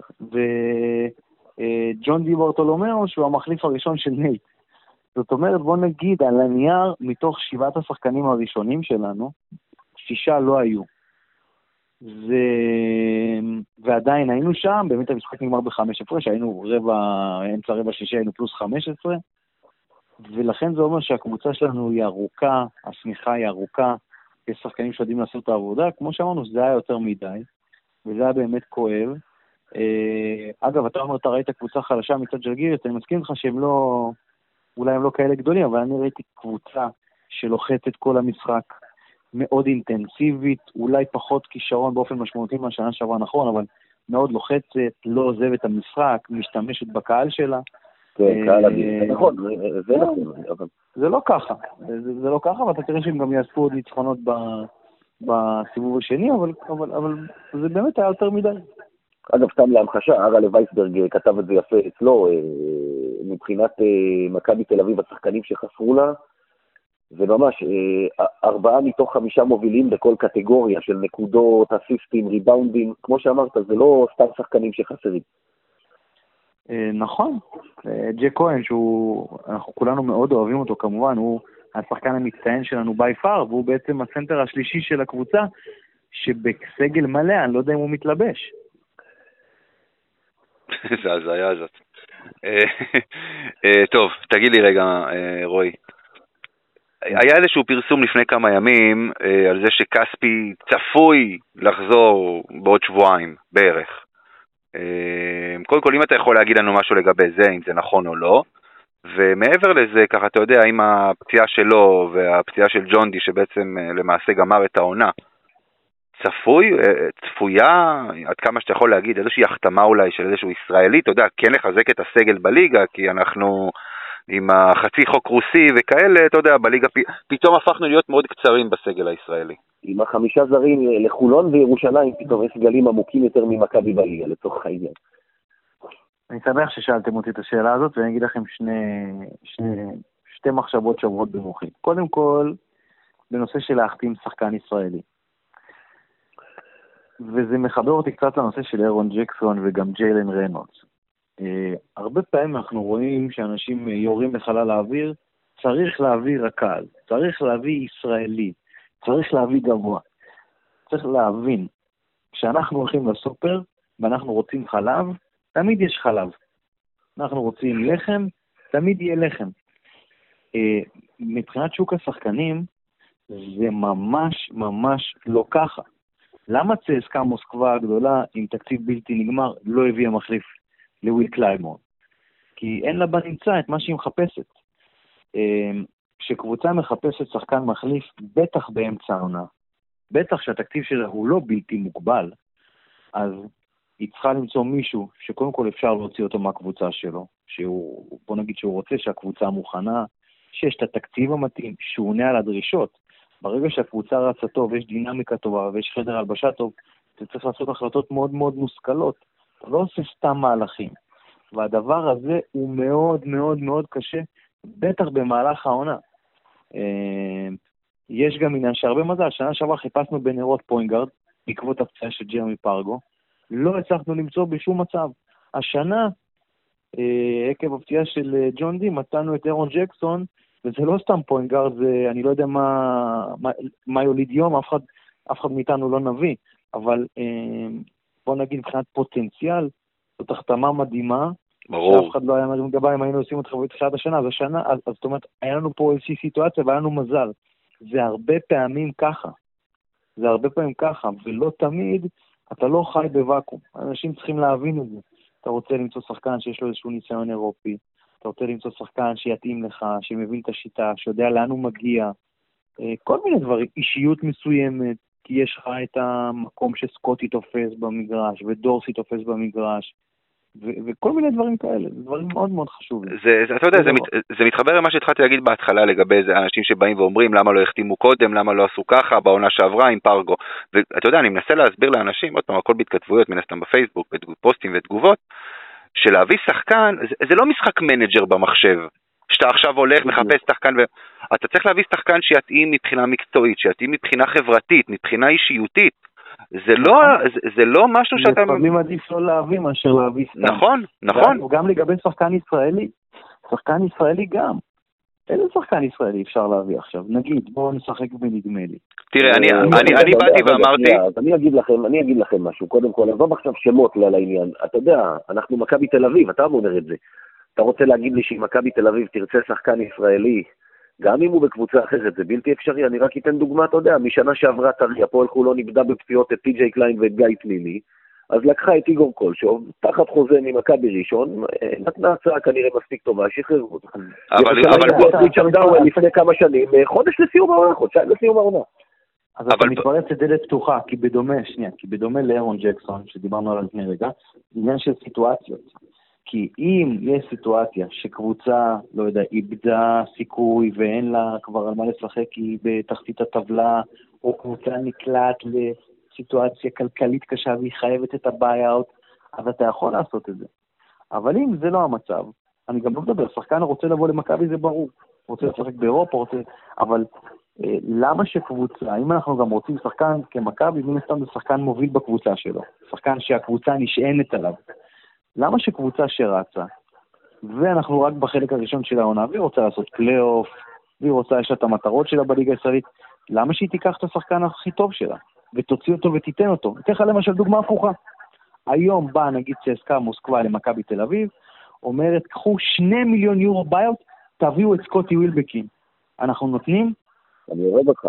וג'ון די ברטולומיאו שהוא המחליף הראשון של נייט. זאת אומרת, בוא נגיד, על הנייר, מתוך 7 השחקנים הראשונים שלנו, 6 לא היו. ועדיין היינו שם, באמת המשחק נגמר ב5 הפרש, היינו אמצע רבע שלישי, היינו פלוס 15, ולכן זה אומר שהקבוצה שלנו היא ארוכה, השמיכה היא ארוכה, יש שחקנים שיודעים לעשות את העבודה, כמו שאמרנו, זה היה יותר מדי, וזה היה באמת כואב. אגב, אתה אומר, אתה ראית קבוצה חלשה מצד ז'לגיריס, אני מסכים לך שהם לא, אולי הם לא כאלה גדולים, אבל אני ראיתי קבוצה שלוחצת כל המשחק, מאוד אינטנסיבית, אולי פחות כישרון באופן משמעותי מהשנה שעברה, נכון, אבל מאוד לוחצת, לא עוזבת את המשחק, משתמשת בקהל שלה. נכון, זה נכון. זה לא ככה, זה לא ככה, ואתה תראה שהם גם יאספו עוד ניצחונות בסיבוב השני, אבל זה באמת היה יותר מדי. אגב, סתם להמחשה, ארלה וייסברג כתב את זה יפה אצלו, מבחינת מכבי תל אביב, השחקנים שחסרו לה, זה ממש 4 מתוך 5 מובילים בכל קטגוריה של נקודות, אסיסטים, ריבאונדים, כמו שאמרת, זה לא סתם שחקנים שחסרים. נכון, ג'ק כהן, אנחנו כולנו מאוד אוהבים אותו כמובן, הוא השחקן המצטיין שלנו בי פאר, והוא בעצם הסנטר השלישי של הקבוצה, שבסגל מלא, אני לא יודע אם הוא מתלבש. זה הזיה הזאת. טוב, תגיד לי רגע, רועי, היה איזשהו פרסום לפני כמה ימים על זה שקספי צפוי לחזור בעוד שבועיים בערך. קודם כל, אם אתה יכול להגיד לנו משהו לגבי זה, אם זה נכון או לא, ומעבר לזה, ככה אתה יודע, אם הפציעה שלו והפציעה של ג'ונדי, שבעצם למעשה גמר את העונה, צפויה, עד כמה שאתה יכול להגיד, איזושהי החתמה אולי של איזשהו ישראלי, אתה יודע, כן לחזק את הסגל בליגה, כי אנחנו עם החצי חוק רוסי וכאלה, אתה יודע, בליגה פתאום הפכנו להיות מאוד קצרים בסגל הישראלי. עם 5 זרים לחולון וירושלים, פתאום יש סגלים עמוקים יותר ממכבי בליגה, לצורך העניין. אני שמח ששאלתם אותי את השאלה הזאת, ואני אגיד לכם שתי מחשבות שעוברות במוחי. קודם כל, בנושא של להחתים שחקן ישראלי. וזה מחבר אותי קצת לנושא של אירון ג'קסון וגם ג'יילן רנולדס. הרבה פעמים אנחנו רואים שאנשים יורים לחלל האוויר, צריך להביא רקל, צריך להביא ישראלי, צריך להביא גבוה. צריך להבין, כשאנחנו הולכים לסופר ואנחנו רוצים חלב, תמיד יש חלב. אנחנו רוצים לחם, תמיד יהיה לחם. מבחינת שוק השחקנים, זה ממש ממש לא ככה. למה צסקה מוסקבה הגדולה עם תקציב בלתי נגמר לא הביאה מחליף לוויל קליימור. כי אין לה בנמצא את מה שהיא מחפשת. כשקבוצה מחפשת שחקן מחליף, בטח באמצע העונה, בטח שהתקציב שלה הוא לא בלתי מוגבל, אז היא צריכה למצוא מישהו שקודם כל אפשר להוציא אותו מהקבוצה שלו, בוא נגיד שהוא רוצה שהקבוצה מוכנה, שיש את התקציב המתאים, שהוא עונה על הדרישות. ברגע שהקבוצה רצה טוב, יש דינמיקה טובה ויש חדר הלבשה טוב, אתה צריך לעשות החלטות מאוד מאוד מושכלות. אתה לא עושה סתם מהלכים. והדבר הזה הוא מאוד מאוד מאוד קשה, בטח במהלך העונה. יש גם עניין שהרבה מזל, שנה שעברה חיפשנו בנרות פוינגרד, בעקבות הפציעה של ג'רמי פרגו, לא הצלחנו למצוא בשום מצב. השנה, עקב הפציעה של ג'ון די, מצאנו את אירון ג'קסון, וזה לא סתם פוינגרד, אני לא יודע מה יוליד יום, אף אחד מאיתנו לא נביא, אבל בוא נגיד מבחינת פוטנציאל, זאת החתמה מדהימה, ברור. שאף אחד לא היה מרים גבה אם היינו עושים אותך בתחילת השנה, אז זאת אומרת, היה לנו פה איזושהי סיטואציה והיה לנו מזל. זה הרבה פעמים ככה, ולא תמיד אתה לא חי בוואקום. אנשים צריכים להבין את זה. אתה רוצה למצוא שחקן שיש לו איזשהו ניסיון אירופי, אתה רוצה למצוא שחקן שיתאים לך, שמבין את השיטה, שיודע לאן הוא מגיע, כל מיני דברים, אישיות מסוימת, כי יש לך את המקום שסקוטי תופס במגרש, ודורסי תופס במגרש, וכל מיני דברים כאלה, דברים מאוד מאוד חשובים. אתה יודע, זה מתחבר למה שהתחלתי להגיד בהתחלה לגבי זה, אנשים שבאים ואומרים למה לא החתימו קודם, למה לא עשו ככה, בעונה שעברה עם פרגו. ואתה יודע, אני מנסה להסביר לאנשים, עוד פעם, הכל בהתכתבויות, מן הסתם בפייסבוק, בפוסטים ותגובות, שלהביא שחקן, זה לא משחק מנג'ר במחשב, שאתה עכשיו הולך מחפש שחקן, אתה צריך להביא שחקן שיתאים מבחינה מקצועית, שיתאים מבחינה חברתית, מבחינה אישיותית. זה לא משהו שאתה... לפעמים עדיף לא להביא מאשר להביא סתם. נכון. גם לגבי שחקן ישראלי גם. איזה שחקן ישראלי אפשר להביא עכשיו? נגיד, בואו נשחק בנדמה לי. תראה, אני באתי ואמרתי... אני אגיד לכם משהו. קודם כל, עזוב עכשיו שמות לעניין. אתה יודע, אנחנו מכבי תל אביב, אתה אומר את זה. אתה רוצה להגיד לי שאם מכבי תל אביב תרצה שחקן ישראלי, גם אם הוא בקבוצה אחרת, זה בלתי אפשרי. אני רק אתן דוגמה, אתה יודע, משנה שעברה תרי, הפועל חולון נגדה בפציעות את טי.ג'יי קליין ואת גיא פנימי, אז לקחה את איגור קולשוב, תחת חוזה ממכבי ראשון, נתנה הצעה כנראה מספיק טובה, שחררו אותה. אבל ריצ'רד דאוול לפני כמה שנים, חודש לסיום העונה, חודשיים לסיום העונה. אז אתה מתפרץ לדלת פתוחה, כי בדומה לאירון ג'קסון, שדיברנו עליו לפני רגע, עניין של סיטואציות. כי אם יש סיטואציה שקבוצה, לא יודע, איבדה סיכוי ואין לה כבר על מה לשחק, היא בתחתית הטבלה, או קבוצה נקלט לסיטואציה כלכלית קשה והיא חייבת את הביי-אוט, אז אתה יכול לעשות את זה. אבל אם זה לא המצב, אני גם לא מדבר, שחקן רוצה לבוא למכבי זה ברור, רוצה לשחק באירופה, אבל למה שקבוצה, אם אנחנו גם רוצים שחקן כמכבי, מן הסתם זה שחקן מוביל בקבוצה שלו, שחקן שהקבוצה נשענת עליו, למה שקבוצה שרצה, ואנחנו רק בחלק הראשון של העונה, והיא רוצה לעשות פלייאוף, והיא רוצה יש את המטרות שלה בליגה הישראלית, למה שהיא תיקח את השחקן הכי טוב שלה, ותוציא אותו ותיתן אותו? אתן לך למשל דוגמה הפוכה. היום באה נגיד CSKA מוסקבה למכבי תל אביב, אומרת, קחו 2 מיליון יורו ביוט, תביאו את סקוטי ווילבקין. אנחנו נותנים? אני אוהב אותך.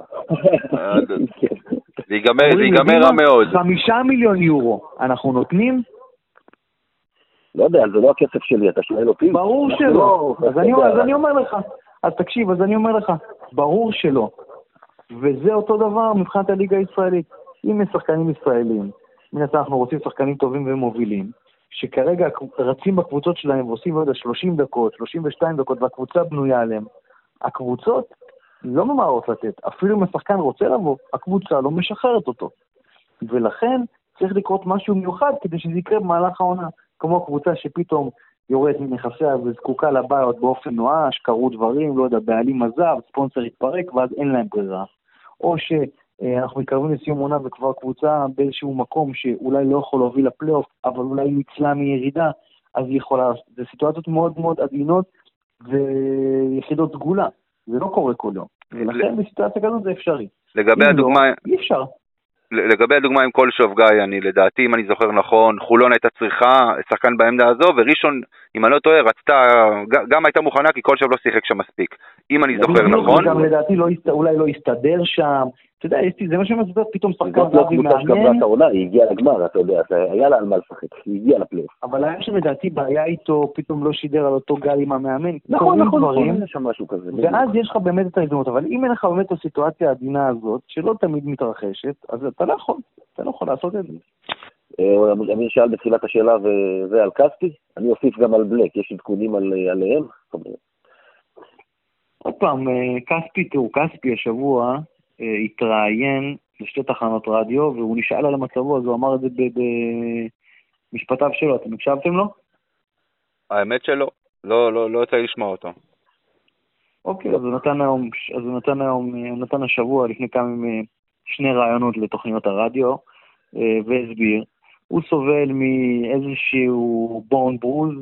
זה ייגמר רע מאוד. 5 מיליון יורו, אנחנו נותנים? לא יודע, זה לא הכסף שלי, אתה שואל אותי? ברור שלא. אז אני אומר לך, אז תקשיב, ברור שלא. וזה אותו דבר מבחינת הליגה הישראלית. אם יש שחקנים ישראלים, מן הסתם אנחנו רוצים שחקנים טובים ומובילים, שכרגע רצים בקבוצות שלהם ועושים עוד 30 דקות, 32 דקות, והקבוצה בנויה עליהם. הקבוצות לא ממהרות לתת. אפילו אם השחקן רוצה לבוא, הקבוצה לא משחררת אותו. ולכן צריך לקרות משהו מיוחד כדי שזה יקרה במהלך העונה. כמו קבוצה שפתאום יורדת מנכסיה וזקוקה לבעיות באופן נואש, קרו דברים, לא יודע, בעלים עזב, ספונסר התפרק, ואז אין להם ברירה. או שאנחנו מתקרבים לסיום עונה וכבר קבוצה באיזשהו מקום שאולי לא יכול להוביל לפלייאוף, אבל אולי היא ניצלה מירידה, אז היא יכולה, זה סיטואציות מאוד מאוד עדינות ויחידות סגולה. זה לא קורה כל יום. ולכן בסיטואציה כזאת זה אפשרי. לגבי הדוגמה... אי אפשר. לגבי הדוגמה עם קולשוב גיא, אני לדעתי, אם אני זוכר נכון, חולון הייתה צריכה שחקן בעמדה הזו, וראשון, אם אני לא טועה, רצתה, גם הייתה מוכנה, כי קולשוב לא שיחק שם מספיק. אם אני זוכר נכון... גם לדעתי אולי לא יסתדר שם, אתה יודע, זה מה שמסביר פתאום שחקן זאת לא רבי קבוצה שקבלה מאמן. את העונה, היא הגיעה לגמר, אתה יודע, היה לה על מה לשחק, היא הגיעה לפלייאוף. אבל היה שלדעתי בעיה איתו, פתאום לא שידר על אותו גל עם המאמן. נכון, יש שם משהו כזה. ואז יש לך באמת את ההזדמנות, אבל אם אין לך באמת את הסיטואציה העדינה הזאת, שלא תמיד מתרחשת, אז אתה לא יכול לעשות את זה. אמיר שאל בתחילת השאלה וזה על קספי, אני אוסיף גם על בלק, יש עדכונים עליהם? עוד פעם, קספי השבוע התראיין לשתי תחנות רדיו, והוא נשאל על המצבו, אז הוא אמר את זה במשפטיו שלו. אתם הקשבתם לו? האמת שלא, לא יצא לשמוע אותו. אוקיי, אז הוא נתן השבוע לפני כמה שני רעיונות לתוכניות הרדיו, והסביר. הוא סובל מאיזשהו בון ברוז,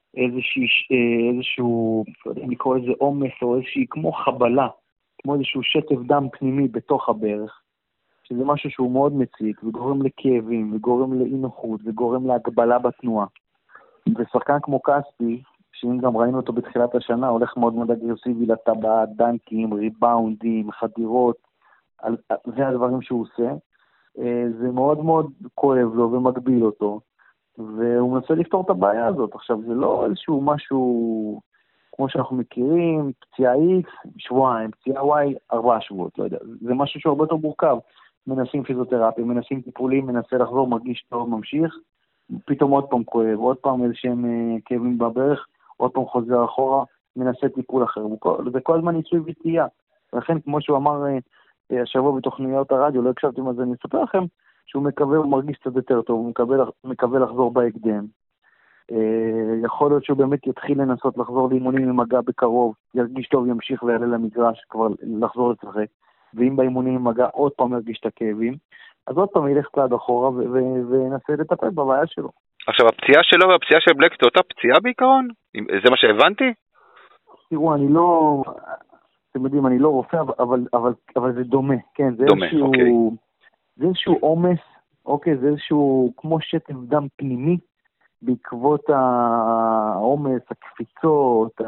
איזשהו, אני קורא לזה עומס, או איזושהי כמו חבלה, כמו איזשהו שטף דם פנימי בתוך הברך, שזה משהו שהוא מאוד מציק, וגורם לכאבים, וגורם לאי-נוחות, וגורם להגבלה בתנועה. ושחקן כמו קספי, שאם גם ראינו אותו בתחילת השנה, הולך מאוד מאוד אגרסיבי לטבעת, דנקים, ריבאונדים, חדירות, זה הדברים שהוא עושה. זה מאוד מאוד כואב לו ומגביל אותו, והוא מנסה לפתור את הבעיה הזאת. עכשיו, זה לא איזשהו משהו, כמו שאנחנו מכירים, פציעה X, שבועיים, פציעה Y, 4 שבועות, לא יודע. זה משהו שהוא הרבה יותר מורכב. מנסים פיזיותרפיה, מנסים טיפולים, מנסה לחזור, מרגיש טוב, ממשיך, פתאום עוד פעם כואב, עוד פעם איזשהם כאבים בברך, עוד פעם חוזר אחורה, מנסה טיפול אחר. זה כל הזמן ניסוי וטעייה. ולכן, כמו שהוא אמר השבוע בתוכניות הרדיו, לא הקשבתם על זה, אני אספר לכם, שהוא מקווה, הוא מרגיש קצת יותר טוב, הוא מקווה לחזור בהקדם. יכול להיות שהוא באמת יתחיל לנסות לחזור לאימונים עם מגע בקרוב, ירגיש טוב, ימשיך ויעלה למגרש, כבר לחזור לשחק. ואם באימונים עם מגע עוד פעם ירגיש את הכאבים, אז עוד פעם ילך צעד אחורה ונסה לטפל בבעיה שלו. עכשיו, הפציעה שלו והפציעה של בלק, זה אותה פציעה בעיקרון? זה מה שהבנתי? תראו, אני לא... אתם יודעים, אני לא רופא, אבל זה דומה, כן? זה דומה, אוקיי. זה איזשהו עומס, אוקיי? זה איזשהו כמו שטף דם פנימי, בעקבות העומס, הקפיצות,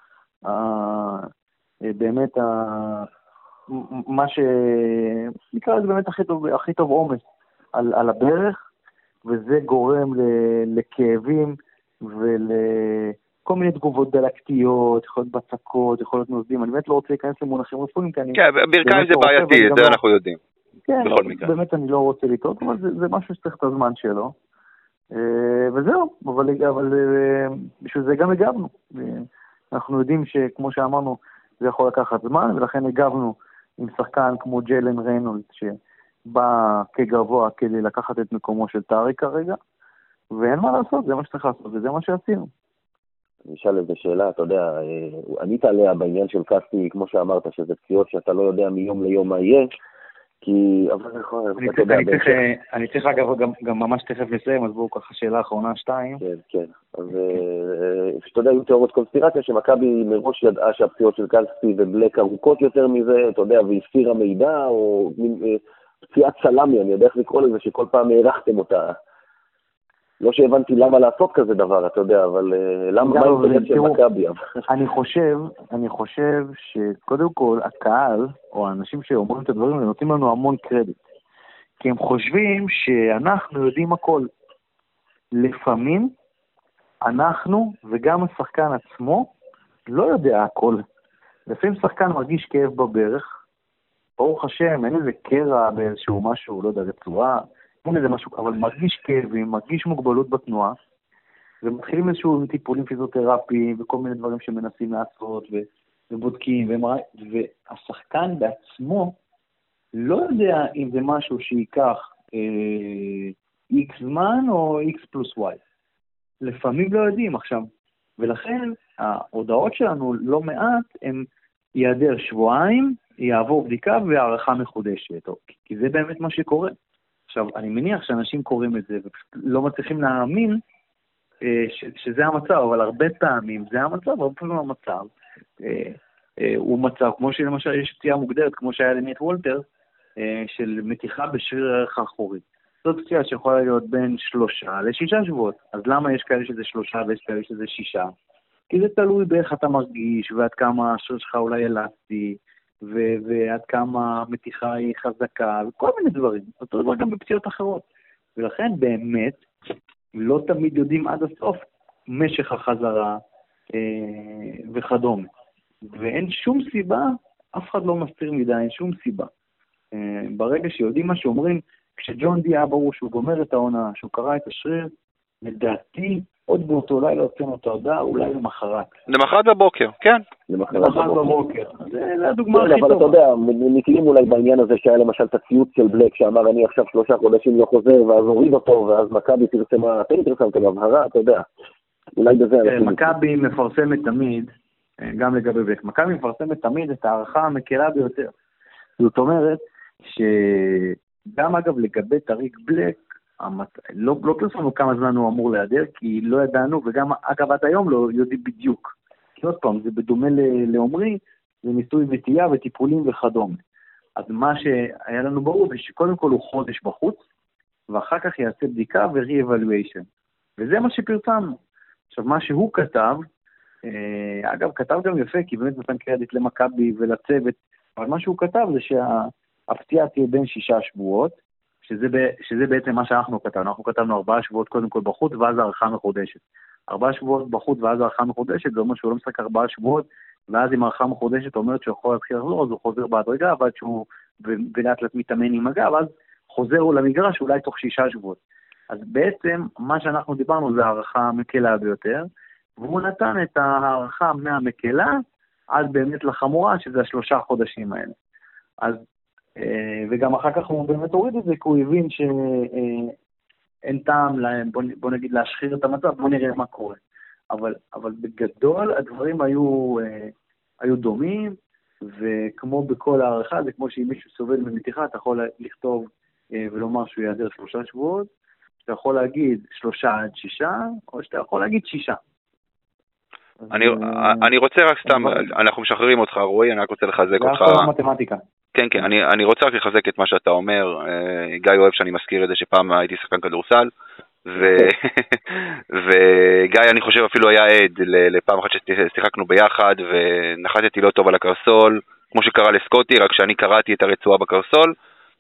באמת מה שנקרא לזה באמת הכי טוב עומס על הברך, וזה גורם לכאבים ולכל מיני תגובות דלקתיות, יכול להיות בצקות, יכול להיות נוזלים. אני באמת לא רוצה להיכנס למונחים רפואיים, כי אני... כן, ברכיים זה בעייתי, זה אנחנו יודעים. כן, באמת אני לא רוצה לטעות, אבל זה משהו שצריך את הזמן שלו. וזהו, אבל בשביל זה גם הגבנו. אנחנו יודעים שכמו שאמרנו, זה יכול לקחת זמן, ולכן הגבנו עם שחקן כמו ג'יילן ריינולד, שבא כגבוה כדי לקחת את מקומו של טאריק כרגע, ואין מה לעשות, זה מה שצריך לעשות, וזה מה שעשינו. אני אשאל איזה שאלה, אתה יודע, ענית עליה בעניין של קספי, כמו שאמרת, שזה פציעות שאתה לא יודע מיום ליום מה יהיה, כי... אני צריך אגב גם ממש תכף לסיים, אז בואו ככה שאלה אחרונה 2. כן. אז שאתה יודע, היו תיאוריות קונספירציה שמכבי מראש ידעה שהפציעות של קספי ובלק ארוכות יותר מזה, אתה יודע, והסתירה מידע, או פציעת סלמי, אני יודע איך לקרוא לזה, שכל פעם הערכתם אותה. לא שהבנתי למה לעשות כזה דבר, אתה יודע, אבל למה האינטרס של מכבי? אני חושב שקודם כל הקהל, או האנשים שאומרים את הדברים, הם נותנים לנו המון קרדיט. כי הם חושבים שאנחנו יודעים הכל. לפעמים אנחנו, וגם השחקן עצמו, לא יודע הכל. לפעמים שחקן מרגיש כאב בברך, ברוך השם, אין איזה קרע באיזשהו משהו, לא יודע, רצועה, אין איזה משהו, אבל מרגיש כאבים, מרגיש מוגבלות בתנועה, ומתחילים איזשהו טיפולים פיזיותרפיים, וכל מיני דברים שמנסים לעשות, ובודקים, והשחקן בעצמו לא יודע אם זה משהו שיקח X זמן או X פלוס Y. לפעמים לא יודעים עכשיו, ולכן ההודעות שלנו לא מעט הם ייעדר שבועיים, יעבור בדיקה והערכה מחודשת, כי זה באמת מה שקורה. עכשיו, אני מניח שאנשים קוראים את זה ולא מצליחים להאמין שזה המצב, אבל הרבה פעמים זה המצב, הרבה פעמים המצב הוא מצב, כמו שלמשל יש פציעה מוגדרת, כמו שהיה לנט וולטר, של מתיחה בשריר הערך האחורי. זאת פציעה שיכולה להיות בין 3 ל6 שבועות. אז למה יש כאלה שזה 3 ויש כאלה שזה 6? כי זה תלוי באיך אתה מרגיש, ועד כמה השריר שלך אולי אלסטי, ועד כמה המתיחה היא חזקה, וכל מיני דברים. אותו דבר גם בפציעות אחרות. ולכן באמת לא תמיד יודעים עד הסוף משך החזרה וכדומה. ואין שום סיבה, אף אחד לא מסתיר מדי, אין שום סיבה. ברגע שיודעים מה שאומרים, כשג'ון די היה ברור שהוא גומר את העונה, שהוא קרא את השריר, לדעתי עוד באותו לילה הוצאנו את ההודעה, אולי למחרת. למחרת בבוקר, כן. למחרת בבוקר. זה הדוגמה הכי טובה. אבל אתה יודע, נתלים אולי בעניין הזה שהיה למשל את הציוץ של בלק, שאמר אני עכשיו 3 חודשים לא חוזר, ואז הוריד אותו, ואז מכבי פרסמה, אתם פרסמתם הבהרה, אתה יודע. אולי בזה... מכבי מפרסמת תמיד, גם לגבי בלק, מכבי מפרסמת תמיד את הערכה המקלה ביותר. זאת אומרת, שגם אגב לגבי טריק בלק, לא פרסמנו כמה זמן הוא אמור להיעדר, כי לא ידענו, וגם אגב עד היום לא יודעים בדיוק. כי עוד פעם, זה בדומה לעומרי, זה ניסוי וטעייה וטיפולים וכדומה. אז מה שהיה לנו ברור זה שקודם כל הוא חודש בחוץ, ואחר כך יעשה בדיקה ו-re-evaluation. וזה מה שפרסמנו. עכשיו, מה שהוא כתב, אגב, כתב גם יפה, כי באמת נתן קרדיט למכבי ולצוות, אבל מה שהוא כתב זה שהפציעה תהיה בין 6 שבועות, שזה בעצם מה שאנחנו כתבנו. אנחנו כתבנו 4 שבועות קודם כל בחוץ, ואז הערכה מחודשת. 4 שבועות בחוץ, ואז הערכה מחודשת, זה אומר שהוא לא משחק 4 שבועות, ואז עם הערכה מחודשת אומרת שהוא יכול להתחיל לחזור, אז הוא חוזר בהדרגה, ועד שהוא ולאט לאט מתאמן עם מגע, ואז חוזר הוא למגרש אולי תוך 6 שבועות. אז בעצם מה שאנחנו דיברנו זה הערכה המקלה ביותר, והוא נתן את הערכה מהמקלה עד באמת לחמורה, שזה 3 חודשים האלה. אז וגם אחר כך הוא באמת הוריד את זה, כי הוא הבין שאין טעם להם, בוא נגיד להשחיר את המצב, בוא נראה מה קורה. אבל בגדול הדברים היו דומים, וכמו בכל הערכה, זה כמו שאם מישהו סובל ממתיחה, אתה יכול לכתוב ולומר שהוא יעדר 3 שבועות, שאתה יכול להגיד 3 עד 6, או שאתה יכול להגיד 6. אני רוצה רק סתם, אנחנו משחררים אותך רועי, אני רק רוצה לחזק אותך. זה מתמטיקה. כן, כן, אני רוצה רק לחזק את מה שאתה אומר. גיא אוהב שאני מזכיר את זה שפעם הייתי שחקן כדורסל, וגיא אני חושב אפילו היה עד לפעם אחת ששיחקנו ביחד, ונחתתי לא טוב על הקרסול, כמו שקרה לסקוטי, רק שאני קראתי את הרצועה בקרסול,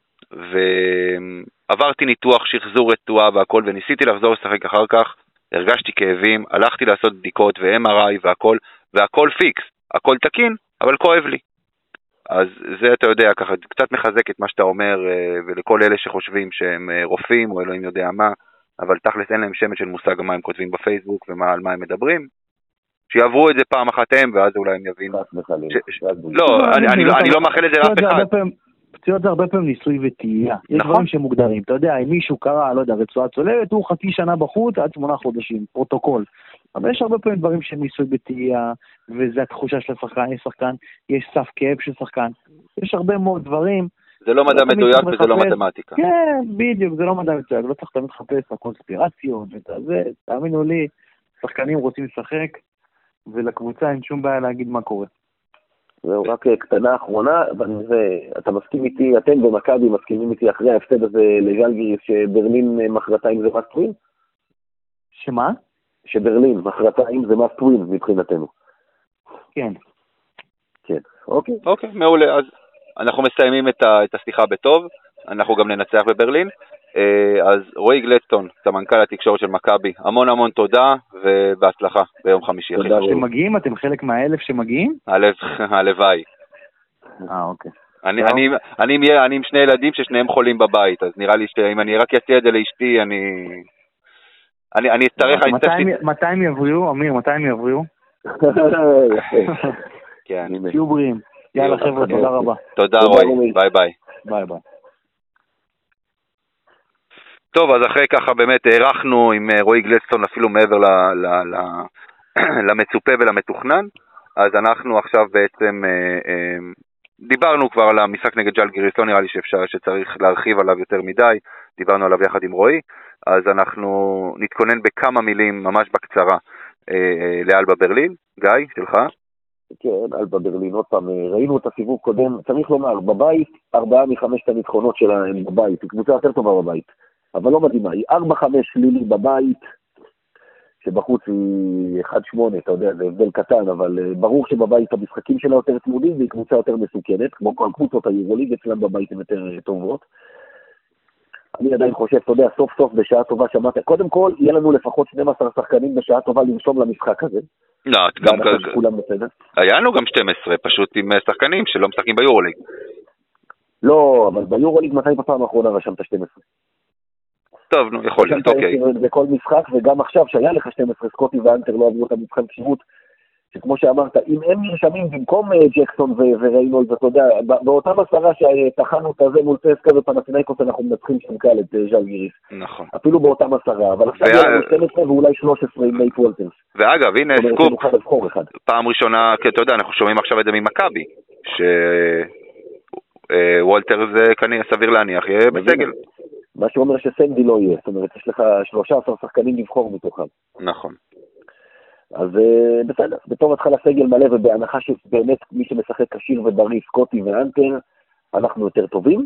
ועברתי ניתוח שחזור רצועה והכל, וניסיתי לחזור לשחק אחר כך, הרגשתי כאבים, הלכתי לעשות בדיקות ו-MRI והכל פיקס, הכל תקין, אבל כואב לי. אז זה אתה יודע, ככה קצת מחזק את מה שאתה אומר, ולכל אלה שחושבים שהם רופאים או אלוהים יודע מה, אבל תכלס אין להם שמץ של מושג מה הם כותבים בפייסבוק ועל מה הם מדברים, שיעברו את זה פעם אחת הם, ואז אולי הם יבינו. לא, אני לא מאחל את זה לאף אחד. פציעות זה הרבה פעמים ניסוי וטעייה. יש דברים שמוגדרים. אתה יודע, אם מישהו קרא, לא יודע, רצועה צולבת, הוא 0.5 שנה בחוץ עד 8 חודשים, פרוטוקול. אבל יש הרבה פעמים דברים של ניסוי וטעייה, וזה התחושה של השחקן, יש שחקן, יש סף כאב של שחקן. יש הרבה מאוד דברים. זה לא מדע מדויק וזה לא מתמטיקה. כן, בדיוק, זה לא מדע מדויק. לא צריך תמיד לחפש הקונספירציות, וזה, תאמינו לי, שחקנים רוצים לשחק, ולקבוצה אין שום בעיה להגיד מה קורה. זהו, רק קטנה אחרונה, אתה מסכים איתי, אתם במכבי מסכימים איתי אחרי ההפסד הזה לז'לגיריס, שברלין מחרתיים זה must win? שמה? שברלין מחרתיים זה must win מבחינתנו. כן. כן, אוקיי. אוקיי, מעולה, אז אנחנו מסיימים את השיחה בטוב, אנחנו גם ננצח בברלין, אז רועי גלדסטון, סמנכ"ל התקשורת של מכבי, המון המון תודה ובהצלחה ביום חמישי. תודה שאתם מגיעים, אתם חלק מה1,000 שמגיעים? הלוואי. אוקיי. אני עם 2 ילדים ששניהם חולים בבית, אז נראה לי שאם אני רק אעשה את זה לאשתי, אני אצטרך... מתי הם יבריאו, אמיר, מתי הם יבריאו? כן. תהיו בריאים. יאללה חבר'ה, תודה רבה. תודה רועי, ביי ביי. ביי ביי. טוב, אז אחרי ככה באמת הערכנו עם רועי גלדסטון אפילו מעבר למצופה ולמתוכנן, אז אנחנו עכשיו בעצם דיברנו כבר על המשחק נגד ז'לגיריס, לא נראה לי שצריך להרחיב עליו יותר מדי, דיברנו עליו יחד עם רועי, אז אנחנו נתכונן בכמה מילים ממש בקצרה לאלבה ברלין. גיא, שלך? כן, אלבה ברלין, עוד פעם, ראינו את הסיבוב קודם, צריך לומר, בבית, 4 מ-5 הניצחונות שלהם בבית, היא קבוצה יותר טובה בבית. אבל לא מדהימה, היא 4-5 לילי בבית, שבחוץ היא 1-8, אתה יודע, זה הבדל קטן, אבל ברור שבבית המשחקים שלה יותר צמודים, והיא קבוצה יותר מסוכנת, כמו כל קבוצות היורוליג, אצלם בבית הן יותר טובות. אני עדיין חושב, אתה יודע, סוף סוף בשעה טובה שמעת, קודם כל, יהיה לנו לפחות 12 שחקנים בשעה טובה לרשום למשחק הזה. לא, גם היה לנו גם 12, פשוט עם שחקנים שלא משחקים ביורוליג. לא, אבל ביורוליג מתי בפעם האחרונה רשמת 12? טוב, נו, יכול להיות, אוקיי. בכל משחק, וגם עכשיו, שהיה לך 12, סקוטי ואנטר לא עברו את המבחן כשירות, שכמו שאמרת, אם הם נרשמים במקום ג'קסון וריינולד, אתה יודע, באותם 10 שתחנו את זה מול צסקה ופנתינייקוס, אנחנו מנצחים שם קל את ז'לגיריס. נכון. אפילו באותם 10, אבל עכשיו יש 12 ואולי 13 עם נייט וולטרס. ואגב, הנה סקופ, פעם ראשונה, כי אתה יודע, אנחנו שומעים עכשיו את זה ממכבי, שוולטרס כנראה סביר להניח, יהיה בסגל. מה שאומר שסנדי לא יהיה, זאת אומרת, יש לך 13 שחקנים לבחור מתוכם. נכון. אז בסדר, בתור התחלה סגל מלא, ובהנחה שבאמת מי שמשחק קשיר ובריא, סקוטי ואנטר, אנחנו יותר טובים.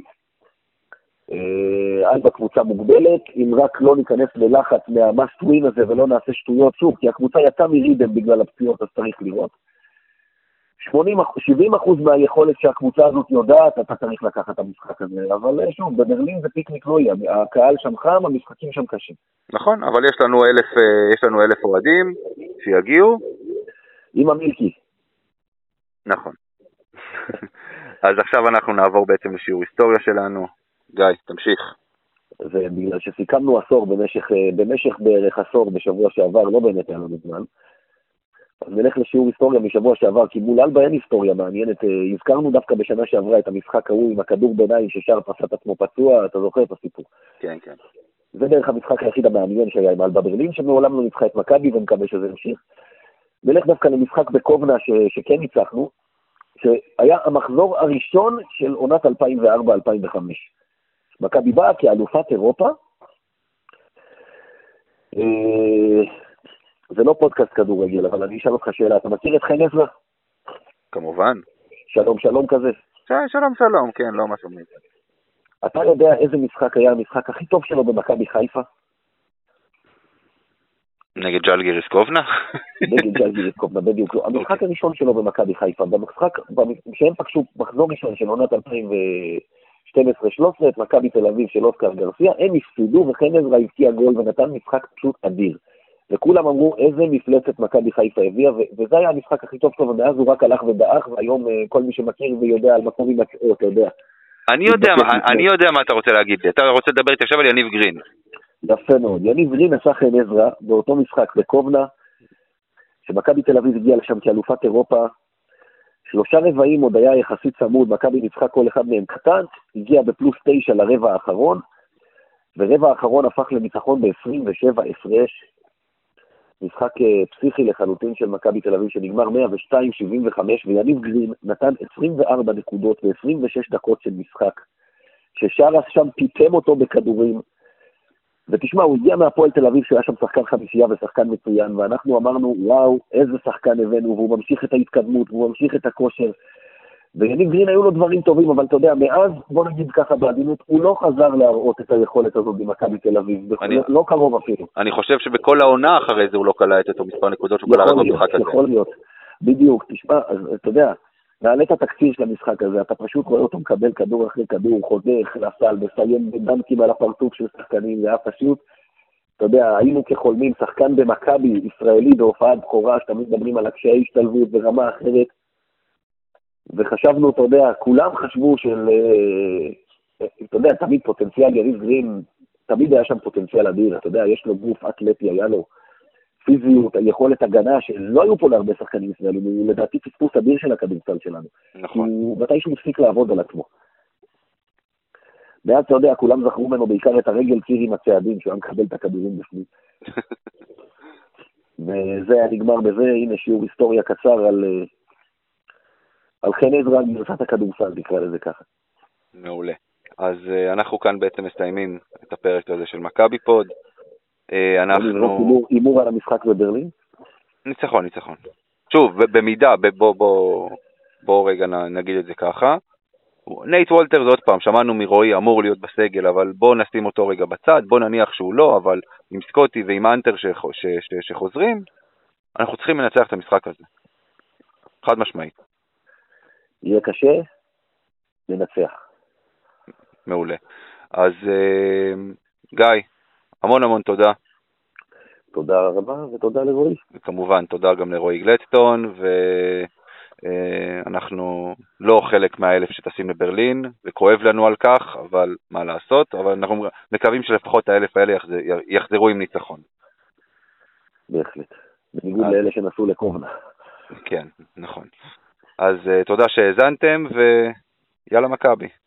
אז בקבוצה מוגבלת, אם רק לא ניכנס ללחץ מהמאסט ווין הזה ולא נעשה שטויות שוב, כי הקבוצה יצאה מרידם בגלל הפציעות, אז צריך לראות. 70% מהיכולת שהקבוצה הזאת יודעת, אתה צריך לקחת את המשחק הזה, אבל שוב, בברלין זה פיקניק לא יהיה, הקהל שם חם, המשחקים שם קשים. נכון, אבל יש לנו 1,000 אוהדים שיגיעו. עם המילקי. נכון. אז עכשיו אנחנו נעבור בעצם לשיעור היסטוריה שלנו. גיא, תמשיך. זה בגלל שסיכמנו עשור במשך בערך עשור בשבוע שעבר, לא באמת היה לנו זמן. אז נלך לשיעור היסטוריה משבוע שעבר, כי מול אלבה אין היסטוריה מעניינת. הזכרנו דווקא בשנה שעברה את המשחק ההוא עם הכדור ביניים ששר פסת עצמו פצוע, אתה זוכר את הסיפור? כן, כן. זה דרך המשחק היחיד המעניין שהיה עם אלבה ברלין, שמעולם לא ניצחה את מכבי ומקווה שזה ימשיך. נלך דווקא למשחק בקובנה שכן ניצחנו, שהיה המחזור הראשון של עונת 2004-2005. מכבי באה כאלופת אירופה, זה לא פודקאסט כדורגל, אבל אני אשאל אותך שאלה, אתה מכיר את חן עזרא? כמובן. שלום שלום כזה. שלום שלום, כן, לא משהו מזה. אתה יודע איזה משחק היה המשחק הכי טוב שלו במכבי חיפה? נגד ג'לגיריס קובנה? נגד ג'לגיריס קובנה, בדיוק. המשחק הראשון שלו במכבי חיפה, במשחק, שהם פגשו מחזור ראשון של עונת 2012-13, את מכבי תל אביב של אוסקר גרסיה, הם הפסידו וחן עזרא הבקיע גול ונתן משחק פשוט אדיר. וכולם אמרו איזה מפלצת מכבי חיפה הביאה, וזה היה המשחק הכי טוב שלו, ומאז הוא רק הלך ודאח, והיום כל מי שמכיר ויודע על מקום עם הקריאות, אתה יודע. אני יודע מה אתה רוצה להגיד לי, אתה רוצה לדבר איתי עכשיו על יניב גרין. יפה מאוד, יניב גרין עשה חן עזרא באותו משחק בקובנה, שמכבי תל אביב הגיעה לשם כאלופת אירופה, 3 רבעים עוד היה יחסית צמוד, מכבי ניצחה כל אחד מהם קטן, הגיע בפלוס 9 לרבע האחרון, ורבע האחרון הפך לניצחון ב-27 הפרש, משחק פסיכי לחלוטין של מכבי תל אביב שנגמר 102-75, ויניב גרין נתן 24 נקודות ו-26 דקות של משחק, ששרס שם פיתם אותו בכדורים, ותשמע, הוא הגיע מהפועל תל אביב שהיה שם שחקן חמישייה ושחקן מצוין, ואנחנו אמרנו, וואו, איזה שחקן הבאנו, והוא ממשיך את ההתקדמות, והוא ממשיך את הכושר, ויניב גרין היו לו דברים טובים, אבל אתה יודע, מאז, בוא נגיד ככה בעדינות, הוא לא חזר להראות את היכולת הזאת במכבי תל אביב, לא קרוב אפילו. אני חושב שבכל העונה אחרי זה הוא לא קלע את אותו מספר נקודות שהוא קלע רק במשחק הזה. יכול להיות, בדיוק, תשמע, אז אתה יודע, נעלה את התקציר של המשחק הזה, אתה פשוט רואה אותו מקבל כדור אחרי כדור, חודך לסל, מסיים בדנקים על הפרצוף של שחקנים, זה היה פשוט, אתה יודע, היינו כחולמים, שחקן במכבי ישראלי בהופעת בכורה, שתמיד מדברים על הקשיי השתלבות ברמה אחרת, וחשבנו, אתה יודע, כולם חשבו אתה יודע, תמיד פוטנציאל, יניב גרין, תמיד היה שם פוטנציאל אדיר, אתה יודע, יש לו גוף אתלטי, היה לו פיזיות, היכולת הגנה, שלא היו פה להרבה שחקנים ישראלים, הוא לדעתי פספוס אדיר של הכדורסל שלנו. נכון. הוא מתישהו מפסיק לעבוד על עצמו. ואז אתה יודע, כולם זכרו ממנו בעיקר את הרגל קיר עם הצעדים, שהוא היה מקבל את הכדורים בפנים. וזה היה נגמר בזה, הנה שיעור היסטוריה קצר על חן עזרא גרסת הכדורסל, נקרא לזה ככה. מעולה. אז אנחנו כאן בעצם מסיימים את הפרק הזה של מכבי פוד. אנחנו... אימור על המשחק בברלין? ניצחון. שוב, במידה, בוא רגע נגיד את זה ככה. נייט וולטר זה עוד פעם, שמענו מרועי, אמור להיות בסגל, אבל בוא נשים אותו רגע בצד, בוא נניח שהוא לא, אבל עם סקוטי ועם אנטר שחוזרים, אנחנו צריכים לנצח את המשחק הזה. חד משמעית. יהיה קשה, לנצח. מעולה. אז גיא, המון תודה. תודה רבה ותודה לרועי. וכמובן, תודה גם לרועי גלדסטון, ואנחנו לא חלק מהאלף שטסים לברלין, וכואב לנו על כך, אבל מה לעשות, אבל אנחנו מקווים שלפחות האלף האלה יחזרו עם ניצחון. בהחלט. בניגוד לאלה שנסעו לקובנה. כן, נכון. אז תודה שהאזנתם, ויאללה מכבי.